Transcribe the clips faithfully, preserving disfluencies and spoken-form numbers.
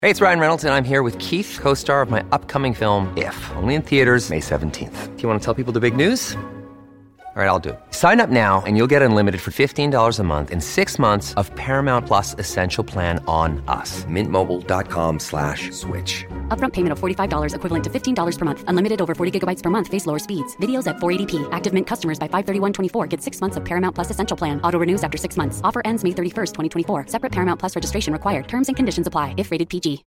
Hey, it's Ryan Reynolds, and I'm here with Keith, co-star of my upcoming film, If, only in theaters May seventeenth. Do you want to tell people the big news? All right, I'll do it. Sign up now and you'll get unlimited for fifteen dollars a month and six months of Paramount Plus Essential Plan on us. Mint Mobile dot com slash switch. Upfront payment of forty-five dollars equivalent to fifteen dollars per month. Unlimited over forty gigabytes per month. Face lower speeds. Videos at four eighty p. Active Mint customers by five thirty-one twenty-four get six months of Paramount Plus Essential Plan. Auto renews after six months. Offer ends May thirty-first, twenty twenty-four. Separate Paramount Plus registration required. Terms and conditions apply if rated P G.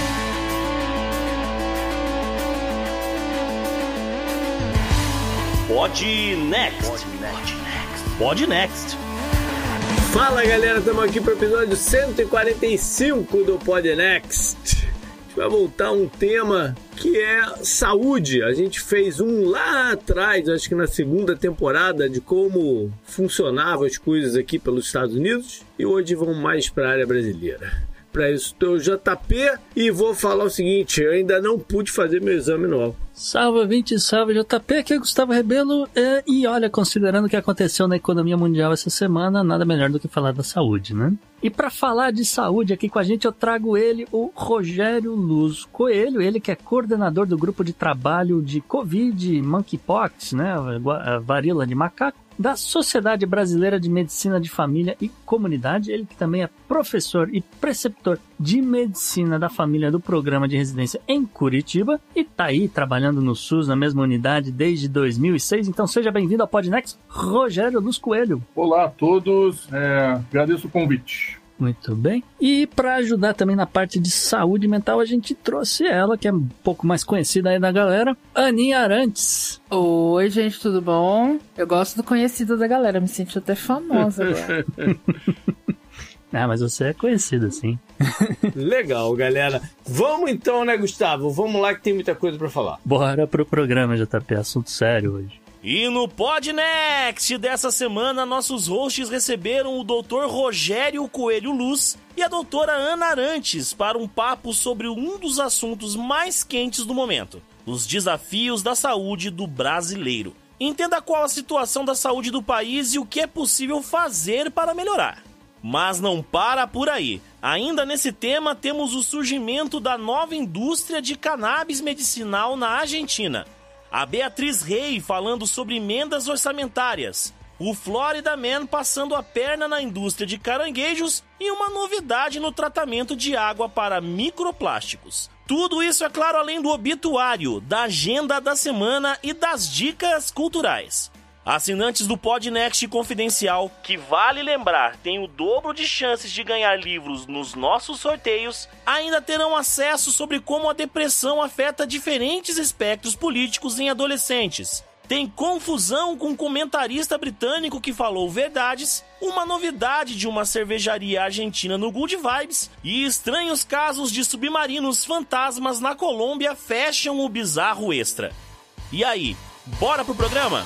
Pod Next. Pod Next. Fala galera, estamos aqui para o episódio cento e quarenta e cinco do Pod Next. A gente vai voltar a um tema que é saúde. A gente fez um lá atrás, acho que na segunda temporada, de como funcionavam as coisas aqui pelos Estados Unidos. E hoje vamos mais para a área brasileira. Para isso estou o J P e vou falar o seguinte: eu ainda não pude fazer meu exame anual. Salve, vinte, salve, J P, aqui é Gustavo Rebelo, é, e olha, considerando o que aconteceu na economia mundial essa semana, nada melhor do que falar da saúde, né? E para falar de saúde aqui com a gente, eu trago ele, o Rogério Luz Coelho, ele que é coordenador do grupo de trabalho de Covid, Monkeypox, né, a varíola de macaco, da Sociedade Brasileira de Medicina de Família e Comunidade, ele que também é professor e preceptor de Medicina da Família do Programa de Residência em Curitiba e tá aí trabalhando no SUS na mesma unidade desde dois mil e seis, então seja bem-vindo ao Podnext, Rogério Luz Coelho. Olá a todos, é, agradeço o convite. Muito bem. E para ajudar também na parte de saúde mental, a gente trouxe ela, que é um pouco mais conhecida aí da galera, Aninha Arantes. Oi, gente, tudo bom? Eu gosto do conhecido da galera, me sinto até famosa agora. Ah, mas você é conhecido, sim. Legal, galera. Vamos então, né, Gustavo? Vamos lá que tem muita coisa para falar. Bora pro programa, J P, assunto sério hoje. E no Podnext dessa semana, nossos hosts receberam o doutor Rogério Coelho Luz e a doutora Ana Arantes para um papo sobre um dos assuntos mais quentes do momento: os desafios da saúde do brasileiro. Entenda qual a situação da saúde do país e o que é possível fazer para melhorar. Mas não para por aí. Ainda nesse tema, temos o surgimento da nova indústria de cannabis medicinal na Argentina. A Beatriz Rey falando sobre emendas orçamentárias, o Florida Man passando a perna na indústria de caranguejos e uma novidade no tratamento de água para microplásticos. Tudo isso, é claro, além do obituário, da agenda da semana e das dicas culturais. Assinantes do Podnext Confidencial, que vale lembrar, tem o dobro de chances de ganhar livros nos nossos sorteios, ainda terão acesso sobre como a depressão afeta diferentes espectros políticos em adolescentes. Tem confusão com um comentarista britânico que falou verdades, uma novidade de uma cervejaria argentina no Good Vibes e estranhos casos de submarinos fantasmas na Colômbia fecham o bizarro extra. E aí, bora pro programa?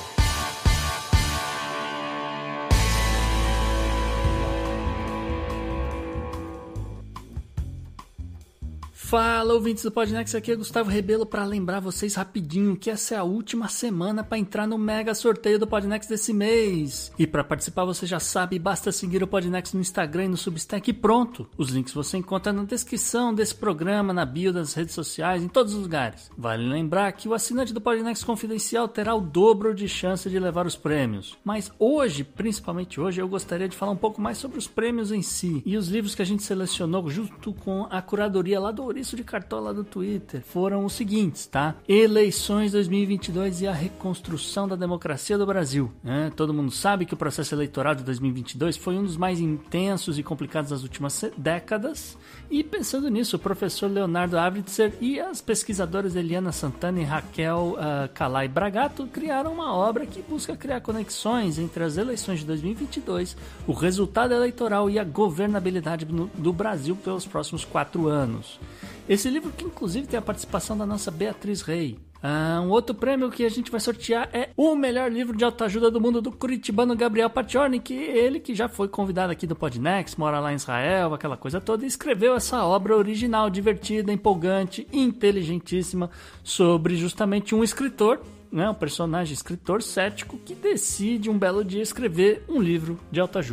Fala, ouvintes do Podnext, aqui é Gustavo Rebelo para lembrar vocês rapidinho que essa é a última semana para entrar no mega sorteio do Podnext desse mês. E para participar você já sabe, basta seguir o Podnext no Instagram e no Substack e pronto. Os links você encontra na descrição desse programa, na bio das redes sociais, em todos os lugares. Vale lembrar que o assinante do Podnext Confidencial terá o dobro de chance de levar os prêmios. Mas hoje, principalmente hoje, eu gostaria de falar um pouco mais sobre os prêmios em si e os livros que a gente selecionou junto com a curadoria lá do Isso de Cartola do Twitter foram os seguintes, tá? Eleições dois mil e vinte e dois e a reconstrução da democracia do Brasil. É, todo mundo sabe que o processo eleitoral de dois mil e vinte e dois foi um dos mais intensos e complicados das últimas décadas. E pensando nisso, o professor Leonardo Avritzer e as pesquisadoras Eliana Santana e Raquel uh, Calai Bragato criaram uma obra que busca criar conexões entre as eleições de dois mil e vinte e dois, o resultado eleitoral e a governabilidade do, do Brasil pelos próximos quatro anos. Esse livro que inclusive tem a participação da nossa Beatriz Rey. Ah, um outro prêmio que a gente vai sortear é o melhor livro de autoajuda do mundo do curitibano Gabriel Paciorni, que ele que já foi convidado aqui do Podnext, mora lá em Israel, aquela coisa toda, e escreveu essa obra original, divertida, empolgante, inteligentíssima, sobre justamente um escritor, né, um personagem escritor cético que decide um belo dia escrever um livro de autoajuda.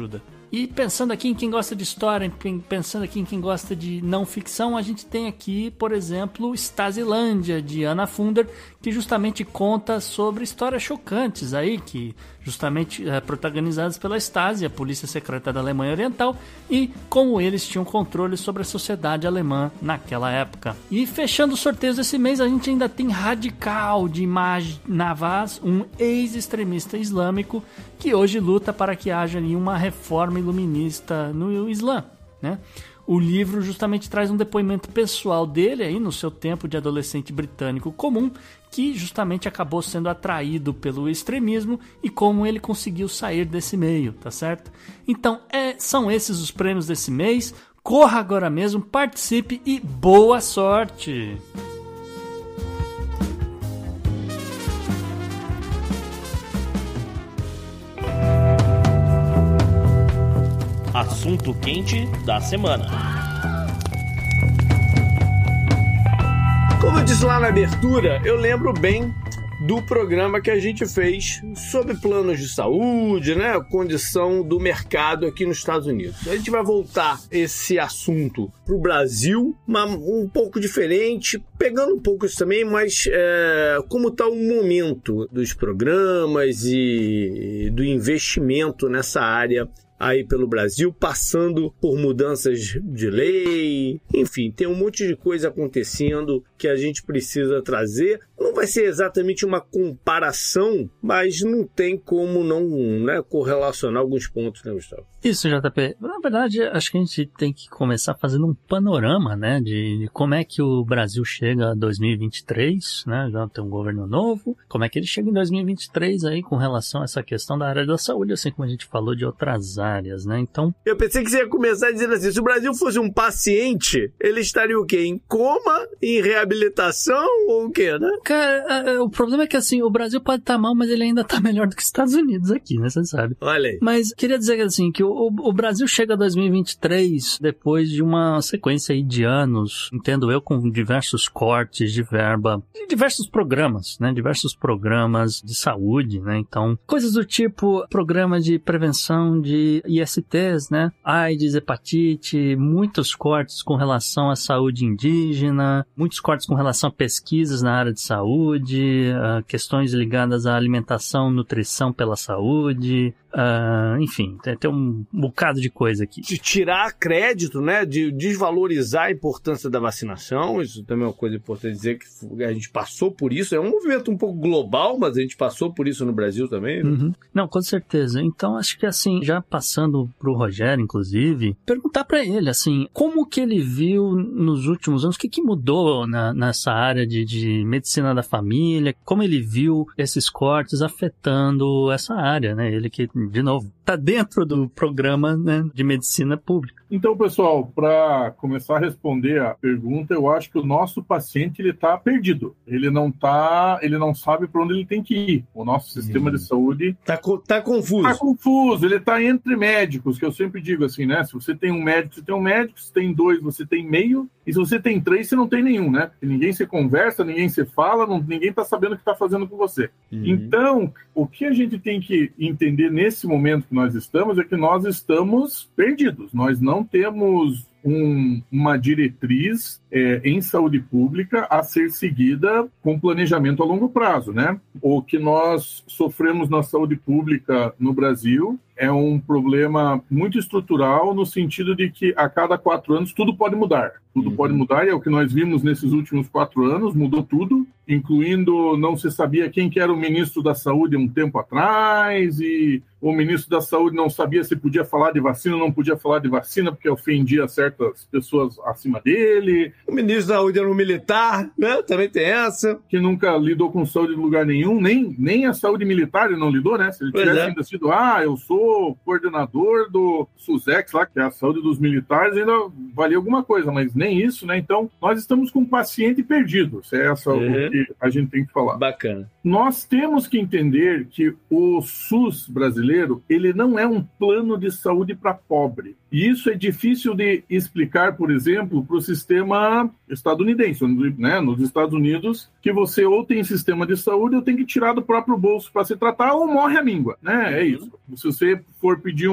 E pensando aqui em quem gosta de história, pensando aqui em quem gosta de não ficção, a gente tem aqui, por exemplo, Stazilândia, de Anna Funder, que justamente conta sobre histórias chocantes aí, que justamente é, protagonizadas pela Stasi, a polícia secreta da Alemanha Oriental, e como eles tinham controle sobre a sociedade alemã naquela época. E fechando os sorteios desse mês, a gente ainda tem Radical, de Maj Navaz, um ex-extremista islâmico que hoje luta para que haja ali uma reforma iluminista no Islã, né? O livro justamente traz um depoimento pessoal dele aí no seu tempo de adolescente britânico comum, que justamente acabou sendo atraído pelo extremismo e como ele conseguiu sair desse meio, tá certo? Então, é, são esses os prêmios desse mês. Corra agora mesmo, participe e boa sorte! Assunto quente da semana. Como eu disse lá na abertura, eu lembro bem do programa que a gente fez sobre planos de saúde, né, a condição do mercado aqui nos Estados Unidos. A gente vai voltar esse assunto para o Brasil, uma, um pouco diferente, pegando um pouco isso também, mas é, como está o momento dos programas e, e do investimento nessa área aí pelo Brasil, passando por mudanças de lei, enfim, tem um monte de coisa acontecendo que a gente precisa trazer. Não vai ser exatamente uma comparação, mas não tem como não, né, correlacionar alguns pontos, né, Gustavo? Isso, J P. Na verdade, acho que a gente tem que começar fazendo um panorama, né, de como é que o Brasil chega a dois mil e vinte e três, né, já tem um governo novo, como é que ele chega em dois mil e vinte e três aí com relação a essa questão da área da saúde, assim como a gente falou de outras áreas, né, então... Eu pensei que você ia começar dizendo assim, se o Brasil fosse um paciente, ele estaria o quê? Em coma, em reabilitação ou o quê, né? Cara, o problema é que assim, o Brasil pode estar mal, mas ele ainda está melhor do que os Estados Unidos aqui, né, você sabe. Olha aí. Mas queria dizer assim, que o, o Brasil chega a dois mil e vinte e três depois de uma sequência aí de anos, entendo eu, com diversos cortes de verba, de diversos programas, né, diversos programas de saúde, né, então, coisas do tipo programa de prevenção de I S Ts, né, AIDS, hepatite, muitos cortes com relação à saúde indígena, muitos cortes com relação a pesquisas na área de saúde, uh, questões ligadas à alimentação, nutrição pela saúde, uh, enfim, tem, tem um bocado de coisa aqui. De tirar crédito, né, de desvalorizar a importância da vacinação, isso também é uma coisa importante dizer que a gente passou por isso, é um movimento um pouco global, mas a gente passou por isso no Brasil também. Né? Uhum. Não, com certeza. Então, acho que assim, já passando pro Rogério, inclusive, perguntar para ele, assim, como que ele viu nos últimos anos, o que que mudou na, nessa área de, de medicina da família, como ele viu esses cortes afetando essa área, né? Ele que, de novo, tá dentro do programa, né, de medicina pública. Então, pessoal, para começar a responder a pergunta, eu acho que o nosso paciente ele está perdido. Ele não tá, ele não sabe para onde ele tem que ir. O nosso sistema hum. de saúde tá, tá confuso. Tá confuso. Ele está entre médicos, que eu sempre digo assim, né? Se você tem um médico, você tem um médico. Se tem dois, você tem meio. E se você tem três, você não tem nenhum, né? Porque ninguém se conversa, ninguém se fala, não, ninguém está sabendo o que está fazendo com você. Uhum. Então, o que a gente tem que entender nesse momento que nós estamos é que nós estamos perdidos. Nós não temos um, uma diretriz é, em saúde pública a ser seguida com planejamento a longo prazo, né? O que nós sofremos na saúde pública no Brasil é um problema muito estrutural no sentido de que a cada quatro anos tudo pode mudar. Tudo uhum. pode mudar e é o que nós vimos nesses últimos quatro anos, mudou tudo, incluindo não se sabia quem que era o ministro da Saúde um tempo atrás e o ministro da Saúde não sabia se podia falar de vacina ou não podia falar de vacina porque ofendia certas pessoas acima dele. O ministro da Saúde era um militar, né? Também tem essa. Que nunca lidou com saúde em lugar nenhum, nem, nem a saúde militar ele não lidou, né? Se ele pois tivesse é. ainda sido, ah, eu sou coordenador do SUSEX lá, que é a saúde dos militares, ainda valia alguma coisa, mas nem isso, né? Então, nós estamos com um paciente perdido. Se é essa uhum. o que a gente tem que falar. Bacana. Nós temos que entender que o SUS brasileiro, ele não é um plano de saúde para pobre. E isso é difícil de explicar, por exemplo, para o sistema estadunidense, né? Nos Estados Unidos, que você ou tem sistema de saúde ou tem que tirar do próprio bolso para se tratar ou morre à míngua, né? É isso. Se você for pedir um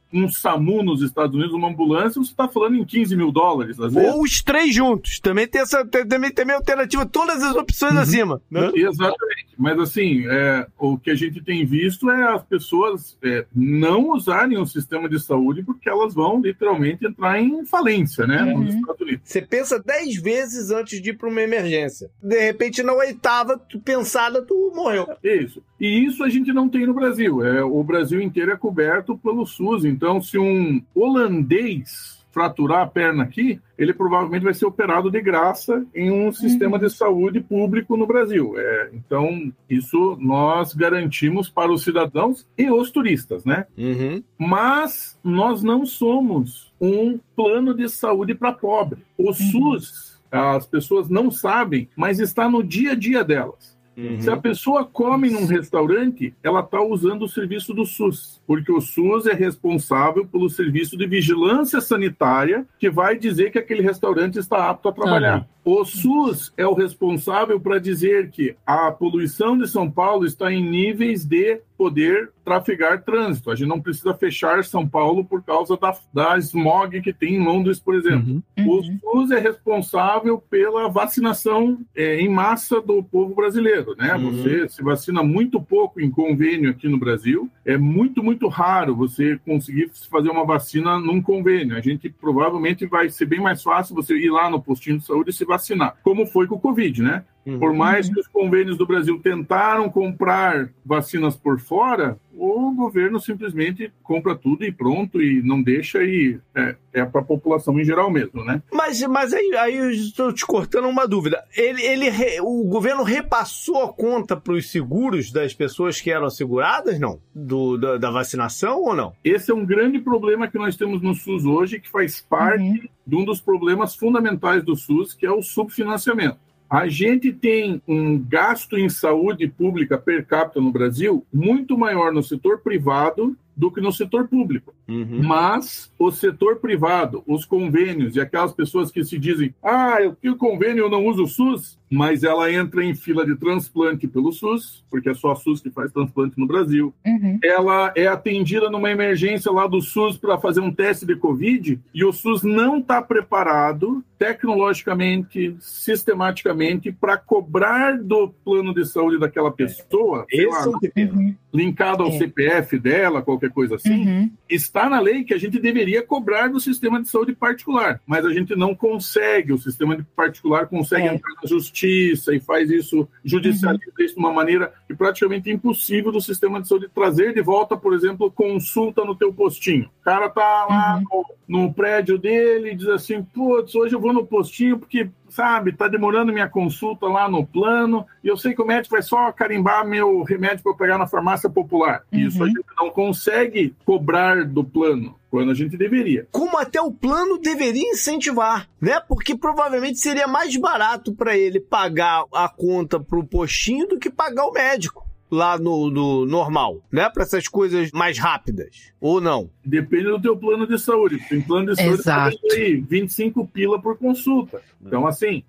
um SAMU nos Estados Unidos, uma ambulância, você está falando em quinze mil dólares, às vezes. Ou os três juntos. Também tem essa tem, também tem alternativa, todas as opções uhum. acima. Né? Exatamente. Mas, assim, é, o que a gente tem visto é as pessoas é, não usarem o sistema de saúde porque elas vão, literalmente, entrar em falência, né, uhum. nos Estados Unidos. Você pensa dez vezes antes de ir para uma emergência. De repente, na oitava, tu pensada, tu morreu. Isso. E isso a gente não tem no Brasil. É, o Brasil inteiro é coberto pelo SUS. Então, se um holandês fraturar a perna aqui, ele provavelmente vai ser operado de graça em um sistema uhum. de saúde público no Brasil. É, então, isso nós garantimos para os cidadãos e os turistas, né? Uhum. Mas nós não somos um plano de saúde para pobre. O uhum. SUS, as pessoas não sabem, mas está no dia a dia delas. Uhum. Se a pessoa come num restaurante, ela está usando o serviço do SUS, porque o SUS é responsável pelo serviço de vigilância sanitária que vai dizer que aquele restaurante está apto a trabalhar. Uhum. O SUS é o responsável para dizer que a poluição de São Paulo está em níveis de poder trafegar trânsito. A gente não precisa fechar São Paulo por causa da, da smog que tem em Londres, por exemplo. Uhum. O SUS é responsável pela vacinação é, em massa do povo brasileiro, né? Uhum. Você se vacina muito pouco em convênio aqui no Brasil. É muito, muito raro você conseguir fazer uma vacina num convênio. A gente provavelmente vai ser bem mais fácil você ir lá no postinho de saúde e se vacinar, como foi com o Covid, né? Uhum. Por mais que os convênios do Brasil tentaram comprar vacinas por fora, o governo simplesmente compra tudo e pronto, e não deixa, e é, é para a população em geral mesmo, né? Mas, mas aí, aí eu estou te cortando uma dúvida. Ele, ele, o governo repassou a conta para os seguros das pessoas que eram asseguradas, não? Do, da, da vacinação ou não? Esse é um grande problema que nós temos no SUS hoje, que faz parte uhum. de um dos problemas fundamentais do SUS, que é o subfinanciamento. A gente tem um gasto em saúde pública per capita no Brasil muito maior no setor privado do que no setor público. Uhum. Mas o setor privado, os convênios e aquelas pessoas que se dizem ah, eu tenho convênio, eu não uso o SUS, mas ela entra em fila de transplante pelo SUS, porque é só a SUS que faz transplante no Brasil. Uhum. Ela é atendida numa emergência lá do SUS para fazer um teste de Covid e o SUS não está preparado tecnologicamente, sistematicamente, para cobrar do plano de saúde daquela pessoa, Esse lá, é o linkado ao é. C P F dela, qualquer coisa assim, uhum. está na lei que a gente deveria cobrar do sistema de saúde particular, mas a gente não consegue, o sistema de particular consegue é. entrar na justiça e faz isso, judicializa uhum. isso de uma maneira que praticamente é impossível do sistema de saúde trazer de volta, por exemplo, consulta no teu postinho. O cara tá lá uhum. no, no prédio dele e diz assim, putz, hoje eu vou no postinho porque, sabe, tá demorando minha consulta lá no plano e eu sei que o médico vai só carimbar meu remédio para eu pegar na farmácia popular. Uhum. Isso a gente não consegue cobrar do plano, quando a gente deveria. Como até o plano deveria incentivar, né? Porque provavelmente seria mais barato para ele pagar a conta pro postinho do que pagar o médico lá no, no normal, né? Para essas coisas mais rápidas, ou não? Depende do teu plano de saúde. Tem plano de saúde que aí vinte e cinco pila por consulta. Então, assim,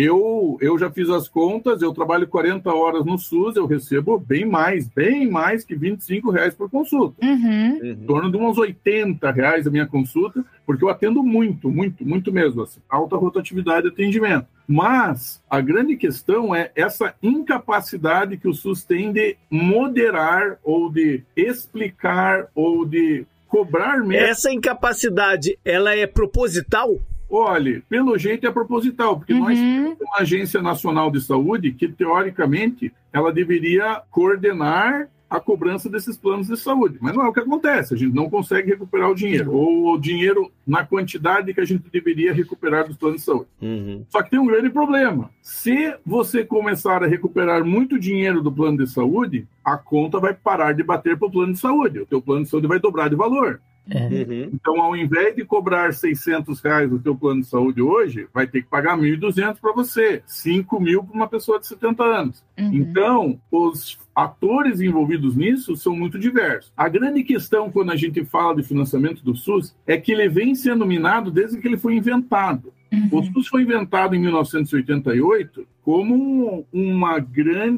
eu, eu já fiz as contas, eu trabalho quarenta horas no SUS, eu recebo bem mais, bem mais que vinte e cinco reais por consulta. Uhum. Em torno de uns oitenta reais a minha consulta, porque eu atendo muito, muito, muito mesmo, assim, alta rotatividade de atendimento. Mas a grande questão é essa incapacidade que o SUS tem de moderar ou de explicar ou de cobrar mesmo. Essa incapacidade, ela é proposital? Olha, pelo jeito é proposital, porque uhum. nós temos uma Agência Nacional de Saúde que, teoricamente, ela deveria coordenar a cobrança desses planos de saúde. Mas não é o que acontece, a gente não consegue recuperar o dinheiro, ou o dinheiro na quantidade que a gente deveria recuperar dos planos de saúde. Uhum. Só que tem um grande problema. Se você começar a recuperar muito dinheiro do plano de saúde, a conta vai parar de bater para o plano de saúde. O teu plano de saúde vai dobrar de valor. Uhum. Então, ao invés de cobrar seiscentos reais do teu plano de saúde hoje, vai ter que pagar mil e duzentos para você, cinco mil para uma pessoa de setenta anos. Uhum. Então, os atores envolvidos nisso são muito diversos. A grande questão quando a gente fala de financiamento do SUS é que ele vem sendo minado desde que ele foi inventado. Uhum. O SUS foi inventado em mil novecentos e oitenta e oito como uma grande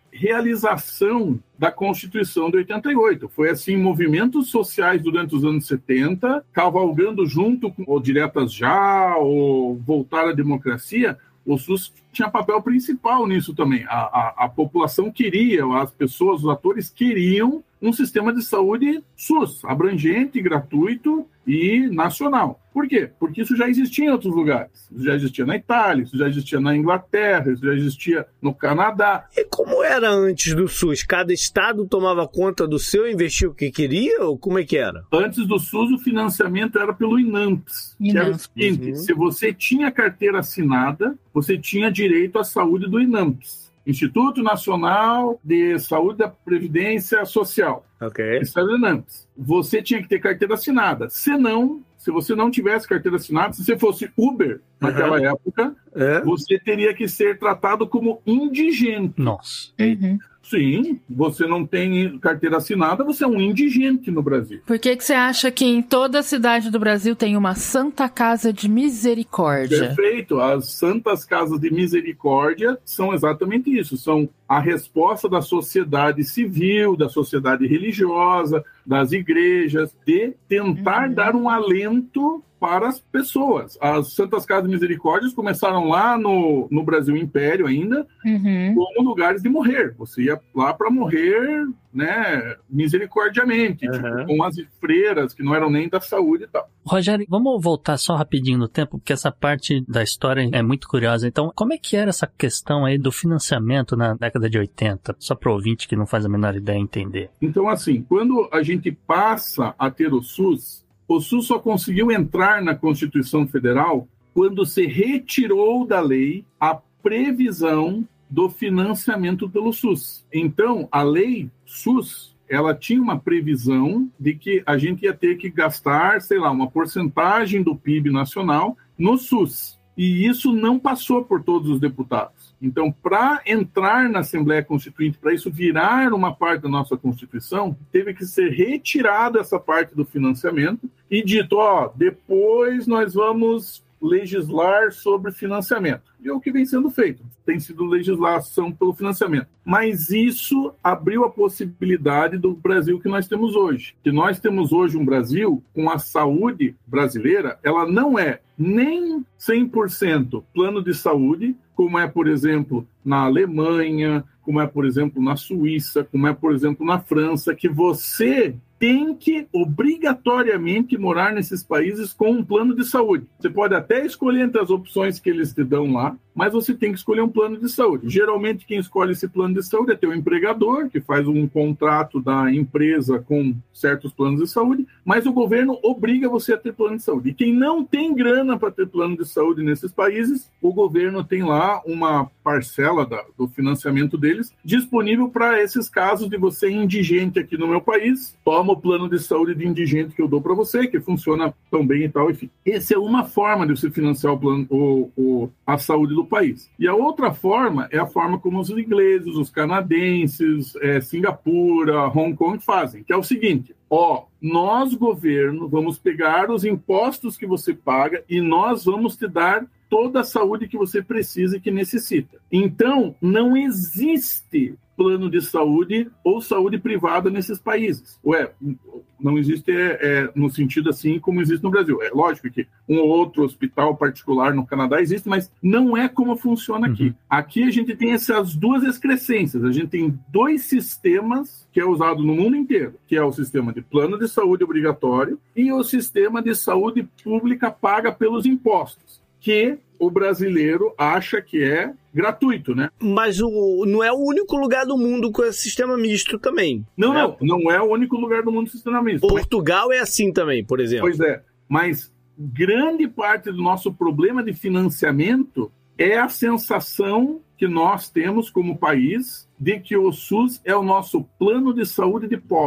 realização da Constituição de oitenta e oito. Foi assim, movimentos sociais durante os anos setenta, cavalgando junto com o Diretas Já, ou Voltar à Democracia. O SUS tinha papel principal nisso também. A, a, a população queria, as pessoas, os atores queriam um sistema de saúde SUS, abrangente, gratuito e nacional. Por quê? Porque isso já existia em outros lugares. Isso já existia na Itália, isso já existia na Inglaterra, isso já existia no Canadá. E como era antes do SUS? Cada estado tomava conta do seu, investia o que queria, ou como é que era? Antes do SUS, o financiamento era pelo INAMPS. Que era o seguinte, uhum. se você tinha carteira assinada, você tinha direito à saúde do INAMPS. Instituto Nacional de Saúde da Previdência Social. Ok. Isso era o INAMPS. Você tinha que ter carteira assinada. Se não, se você não tivesse carteira assinada, se você fosse Uber naquela uhum. época, é. você teria que ser tratado como indigente. Nossa. Uhum. Sim, você não tem carteira assinada, você é um indigente no Brasil. Por que que você acha que em toda cidade do Brasil tem uma Santa Casa de Misericórdia? Perfeito. As Santas Casas de Misericórdia são exatamente isso. São a resposta da sociedade civil, da sociedade religiosa, das igrejas, de tentar uhum. dar um alento para as pessoas. As Santas Casas de Misericórdia começaram lá no, no Brasil Império ainda, uhum. como lugares de morrer. Você ia lá para morrer, né, misericordiamente, uhum. tipo, com as freiras que não eram nem da saúde e tal. Rogério, vamos voltar só rapidinho no tempo, porque essa parte da história é muito curiosa. Então, como é que era essa questão aí do financiamento na década de oitenta? Só para o ouvinte que não faz a menor ideia entender. Então, assim, quando a gente passa a ter o SUS, o SUS só conseguiu entrar na Constituição Federal quando se retirou da lei a previsão do financiamento pelo SUS. Então, a lei SUS, ela tinha uma previsão de que a gente ia ter que gastar, sei lá, uma porcentagem do P I B nacional no SUS. E isso não passou por todos os deputados. Então, para entrar na Assembleia Constituinte, para isso virar uma parte da nossa Constituição, teve que ser retirada essa parte do financiamento e dito, ó, depois nós vamos legislar sobre financiamento. E é o que vem sendo feito. Tem sido legislação pelo financiamento. Mas isso abriu a possibilidade do Brasil que nós temos hoje. Que nós temos hoje um Brasil com a saúde brasileira, ela não é nem cem por cento plano de saúde, como é, por exemplo, na Alemanha, como é, por exemplo, na Suíça, como é, por exemplo, na França, que você tem que obrigatoriamente morar nesses países com um plano de saúde. Você pode até escolher entre as opções que eles te dão lá, mas você tem que escolher um plano de saúde. Geralmente, quem escolhe esse plano de saúde é teu empregador, que faz um contrato da empresa com certos planos de saúde, mas o governo obriga você a ter plano de saúde. E quem não tem grana para ter plano de saúde nesses países, o governo tem lá uma parcela da, do financiamento deles disponível para esses casos de você indigente aqui no meu país, toma o plano de saúde de indigente que eu dou para você, que funciona tão bem e tal, enfim. Essa é uma forma de você financiar o plano, o, o, a saúde do país. E a outra forma é a forma como os ingleses, os canadenses, é, Singapura, Hong Kong fazem, que é o seguinte, ó, nós, governo, vamos pegar os impostos que você paga e nós vamos te dar toda a saúde que você precisa e que necessita. Então, não existe plano de saúde ou saúde privada nesses países. Ué, não existe é, é, no sentido assim como existe no Brasil. É lógico que um ou outro hospital particular no Canadá existe, mas não é como funciona aqui. Uhum. Aqui a gente tem essas duas excrescências. A gente tem dois sistemas que é usado no mundo inteiro, que é o sistema de plano de saúde obrigatório e o sistema de saúde pública paga pelos impostos, que o brasileiro acha que é gratuito, né? Mas o, não é o único lugar do mundo com esse sistema misto também. Não, né? não, não é o único lugar do mundo com sistema misto. Portugal é assim também, por exemplo. Pois é, mas grande parte do nosso problema de financiamento é a sensação que nós temos como país de que o SUS é o nosso plano de saúde de pobre.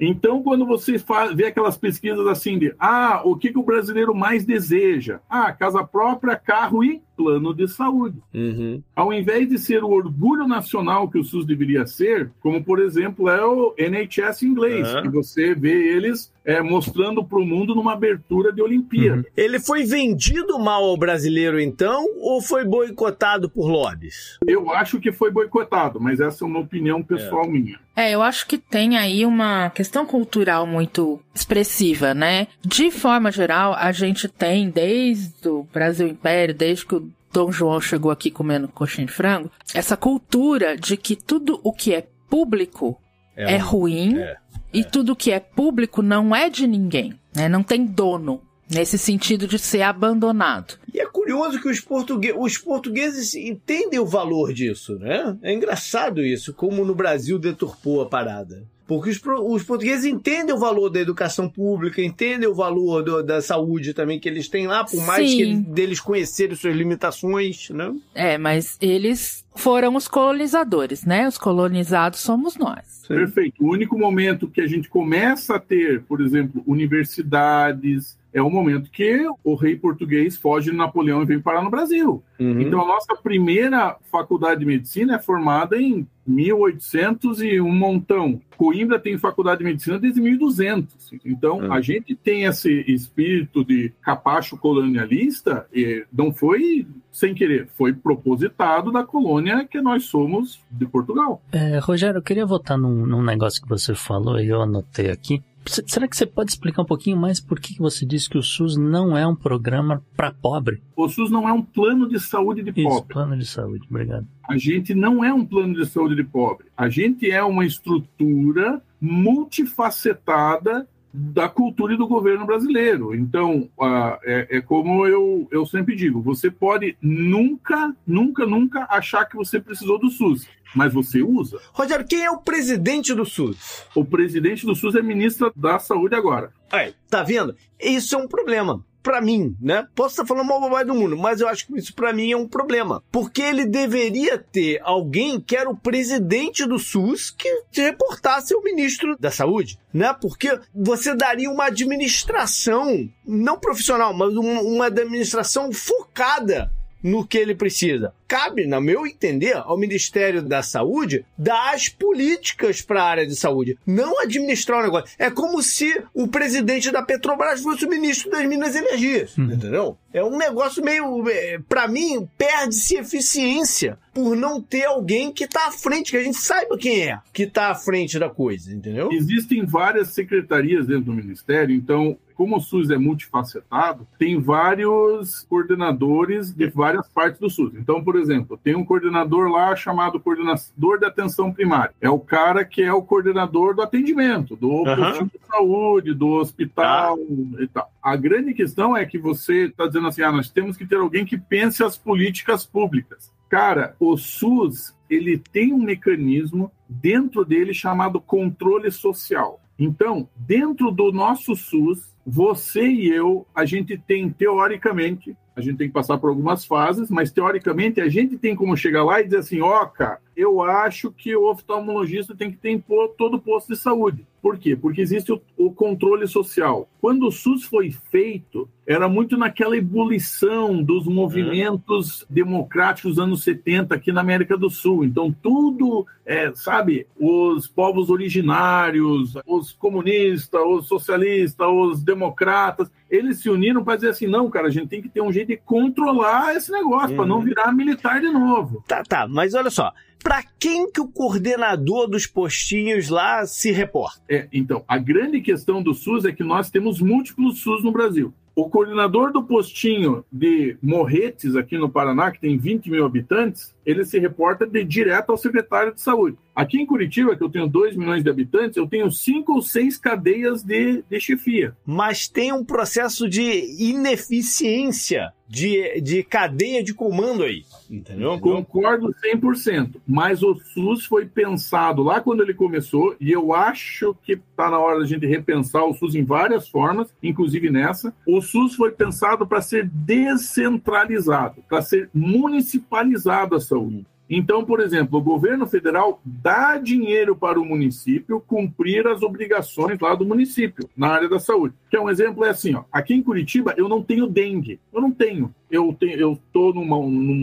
Então, quando você faz, vê aquelas pesquisas assim de, ah, o que, que o brasileiro mais deseja? Ah, casa própria, carro e plano de saúde. Uhum. Ao invés de ser o orgulho nacional que o SUS deveria ser, como, por exemplo, é o N H S inglês, uhum. que você vê eles é, mostrando para o mundo numa abertura de Olimpíada. Uhum. Ele foi vendido mal ao brasileiro, então, ou foi boicotado por lobbies? Eu acho que foi boicotado, mas essa é uma opinião pessoal é. minha. É, eu acho que tem aí uma questão cultural muito expressiva, né? De forma geral, a gente tem, desde o Brasil Império, desde que o Dom João chegou aqui comendo coxinha de frango, essa cultura de que tudo o que é público é, é ruim é, e é. tudo que é público não é de ninguém, né? Não tem dono. Nesse sentido de ser abandonado. E é curioso que os, portugue- os portugueses entendem o valor disso, né? É engraçado isso, como no Brasil deturpou a parada. Porque os, os portugueses entendem o valor da educação pública, entendem o valor do, da saúde também que eles têm lá, por mais Sim. que eles, deles conhecerem suas limitações, né? É, mas eles foram os colonizadores, né? Os colonizados somos nós. Sim. Perfeito. O único momento que a gente começa a ter, por exemplo, universidades, é o momento que o rei português foge de Napoleão e vem parar no Brasil. Uhum. Então, a nossa primeira faculdade de medicina é formada em mil e oitocentos e um montão. Coimbra tem faculdade de medicina desde mil e duzentos. Então, uhum. a gente tem esse espírito de capacho colonialista, e não foi sem querer, foi propositado da colônia que nós somos de Portugal. É, Rogério, eu queria voltar num, num negócio que você falou e eu anotei aqui. Será que você pode explicar um pouquinho mais por que você disse que o SUS não é um programa para pobre? O SUS não é um plano de saúde de Isso, pobre. plano de saúde, obrigado. A gente não é um plano de saúde de pobre. A gente é uma estrutura multifacetada da cultura e do governo brasileiro. Então, uh, é, é como eu, eu sempre digo, você pode nunca, nunca, nunca achar que você precisou do SUS, mas você usa. Rogério, quem é o presidente do SUS? O presidente do SUS é ministra da Saúde agora. Aí, tá vendo? Isso é um problema. Pra mim, né? Posso estar falando mal bobagem do mundo, mas eu acho que isso pra mim é um problema. Porque ele deveria ter alguém que era o presidente do SUS que reportasse ao ministro da Saúde, né? Porque você daria uma administração, não profissional, mas uma, uma administração focada no que ele precisa. Cabe, no meu entender, ao Ministério da Saúde dar as políticas para a área de saúde, não administrar o negócio. É como se o presidente da Petrobras fosse o ministro das Minas e Energias, hum. entendeu? É um negócio meio, para mim, perde-se eficiência por não ter alguém que está à frente, que a gente saiba quem é que está à frente da coisa, entendeu? Existem várias secretarias dentro do Ministério, então, como o SUS é multifacetado, tem vários coordenadores de várias partes do SUS. Então, por exemplo, tem um coordenador lá chamado coordenador de atenção primária. É o cara que é o coordenador do atendimento, do uhum. postinho de saúde, do hospital ah. e tal. A grande questão é que você está dizendo assim, ah, nós temos que ter alguém que pense as políticas públicas. Cara, o SUS, ele tem um mecanismo dentro dele chamado controle social. Então, dentro do nosso SUS, você e eu, a gente tem, teoricamente, a gente tem que passar por algumas fases, mas, teoricamente, a gente tem como chegar lá e dizer assim, ó, oh, cara, eu acho que o oftalmologista tem que ter em todo posto de saúde. Por quê? Porque existe o, o controle social. Quando o SUS foi feito, era muito naquela ebulição dos movimentos é. democráticos dos anos setenta aqui na América do Sul. Então, tudo, é, sabe, os povos originários, os comunistas, os socialistas, os democratas, eles se uniram para dizer assim, não, cara, a gente tem que ter um jeito de controlar esse negócio, uhum. para não virar militar de novo. Tá, tá, mas olha só, para quem que o coordenador dos postinhos lá se reporta? É, então, a grande questão do SUS é que nós temos múltiplos SUS no Brasil. O coordenador do postinho de Morretes, aqui no Paraná, que tem vinte mil habitantes, ele se reporta de direto ao secretário de saúde. Aqui em Curitiba, que eu tenho dois milhões de habitantes, eu tenho cinco ou seis cadeias de, de chefia. Mas tem um processo de ineficiência de, de cadeia de comando aí, entendeu? Concordo cem por cento, mas o SUS foi pensado lá quando ele começou, e eu acho que está na hora da gente repensar o SUS em várias formas, inclusive nessa. O SUS foi pensado para ser descentralizado, para ser municipalizado a saúde. Então, por exemplo, o governo federal dá dinheiro para o município cumprir as obrigações lá do município, na área da saúde. Que é um exemplo, é assim, ó, aqui em Curitiba eu não tenho dengue, eu não tenho. Eu tenho, eu estou num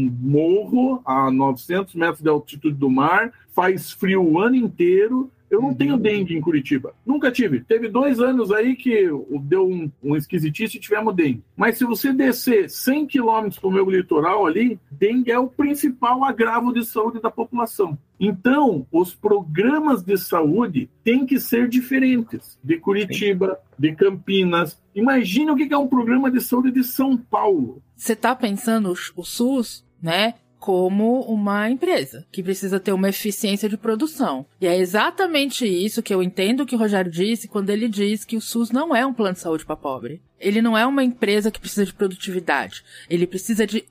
morro a novecentos metros de altitude do mar, faz frio o ano inteiro. Eu não tenho dengue em Curitiba. Nunca tive. Teve dois anos aí que deu um, um esquisitice e tivemos dengue. Mas se você descer cem quilômetros para o meu litoral ali, dengue é o principal agravo de saúde da população. Então, os programas de saúde têm que ser diferentes. De Curitiba, de Campinas. Imagina o que é um programa de saúde de São Paulo. Você está pensando o SUS, né? Como uma empresa que precisa ter uma eficiência de produção. E é exatamente isso que eu entendo que o Rogério disse quando ele diz que o SUS não é um plano de saúde para pobre. Ele não é uma empresa que precisa de produtividade. Ele precisa de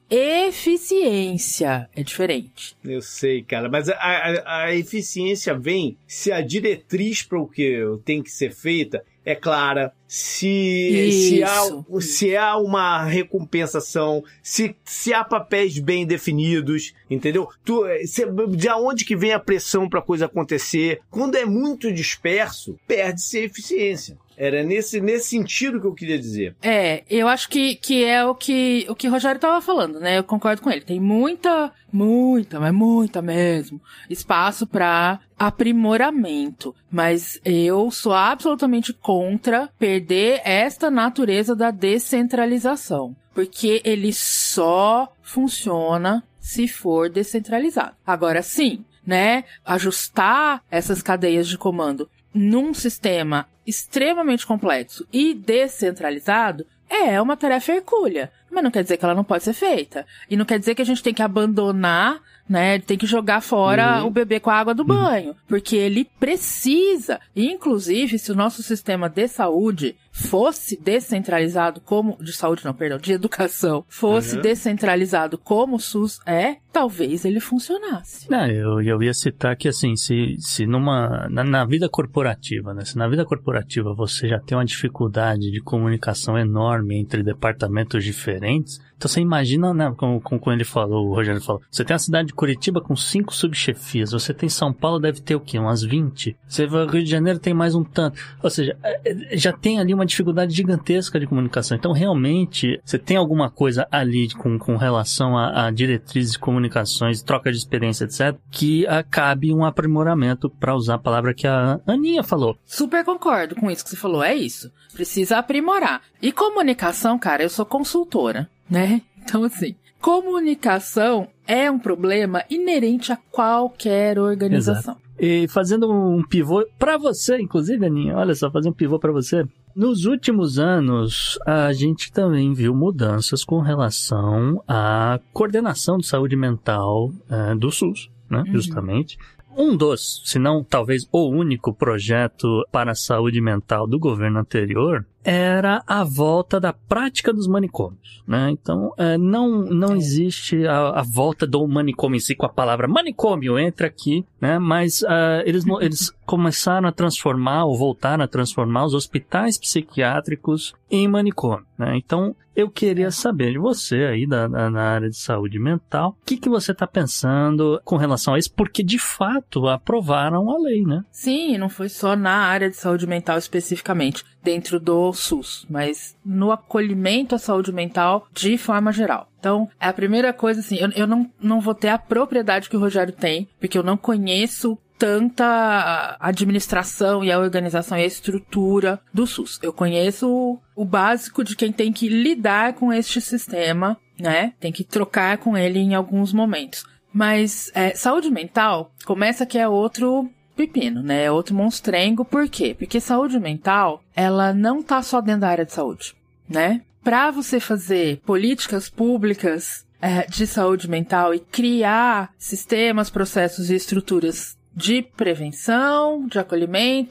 eficiência. É diferente. Eu sei, cara. Mas a, a, a eficiência vem se a diretriz para o que tem que ser feita é clara, se, se, há, se há uma recompensação, se, se há papéis bem definidos, entendeu? Tu, se, de onde que vem a pressão para a coisa acontecer? Quando é muito disperso, perde-se a eficiência. Era nesse, nesse sentido que eu queria dizer. É, eu acho que, que é o que o que o Rogério estava falando, né? Eu concordo com ele. Tem muita, muita, mas muita mesmo, espaço para aprimoramento. Mas eu sou absolutamente contra perder esta natureza da descentralização. Porque ele só funciona se for descentralizado. Agora sim, né? Ajustar essas cadeias de comando num sistema extremamente complexo e descentralizado é uma tarefa hercúlea. Mas não quer dizer que ela não pode ser feita. E não quer dizer que a gente tem que abandonar, né? Tem que jogar fora uhum. o bebê com a água do banho. Porque ele precisa. Inclusive, se o nosso sistema de saúde fosse descentralizado como... De saúde não, perdão. De educação. Fosse uhum. descentralizado como o SUS é, talvez ele funcionasse. Não, eu, eu ia citar que, assim, se, se numa... Na, na vida corporativa, né? Se na vida corporativa você já tem uma dificuldade de comunicação enorme entre departamentos diferentes, então você imagina, né, como, como ele falou, o Rogério falou, você tem a cidade de Curitiba com cinco subchefias, você tem São Paulo, deve ter o quê? Umas vinte. Você vai ao Rio de Janeiro, tem mais um tanto. Ou seja, já tem ali uma dificuldade gigantesca de comunicação. Então, realmente, você tem alguma coisa ali com, com relação a, a diretrizes de comunicações, troca de experiência, etcétera, que a, cabe um aprimoramento, para usar a palavra que a Aninha falou. Super concordo com isso que você falou, é isso. Precisa aprimorar. E comunicação, cara, eu sou consultora, né? Então, assim, comunicação é um problema inerente a qualquer organização. Exato. E fazendo um pivô para você, inclusive, Aninha, olha só, fazer um pivô para você. Nos últimos anos, a gente também viu mudanças com relação à coordenação de saúde mental uh, do SUS, né? Uhum. Justamente. Um dos, se não talvez o único projeto para a saúde mental do governo anterior era a volta da prática dos manicômios, né? Então, é, não, não existe a, a volta do manicômio em si com a palavra manicômio, entra aqui, né? Mas uh, eles, eles começaram a transformar, ou voltaram a transformar os hospitais psiquiátricos em manicômio, né? Então, eu queria saber de você aí da, da, na área de saúde mental, o que, que você está pensando com relação a isso? Porque, de fato, aprovaram a lei, né? Sim, não foi só na área de saúde mental especificamente, dentro do SUS, mas no acolhimento à saúde mental de forma geral. Então, é a primeira coisa, assim, eu, eu não, não vou ter a propriedade que o Rogério tem, porque eu não conheço tanta administração e a organização e a estrutura do SUS. Eu conheço o, o básico de quem tem que lidar com este sistema, né? Tem que trocar com ele em alguns momentos. Mas é, saúde mental começa que é outro pepino, né? É outro monstrengo. Por quê? Porque saúde mental, ela não tá só dentro da área de saúde, né? Para você fazer políticas públicas é, de saúde mental e criar sistemas, processos e estruturas de prevenção, de acolhimento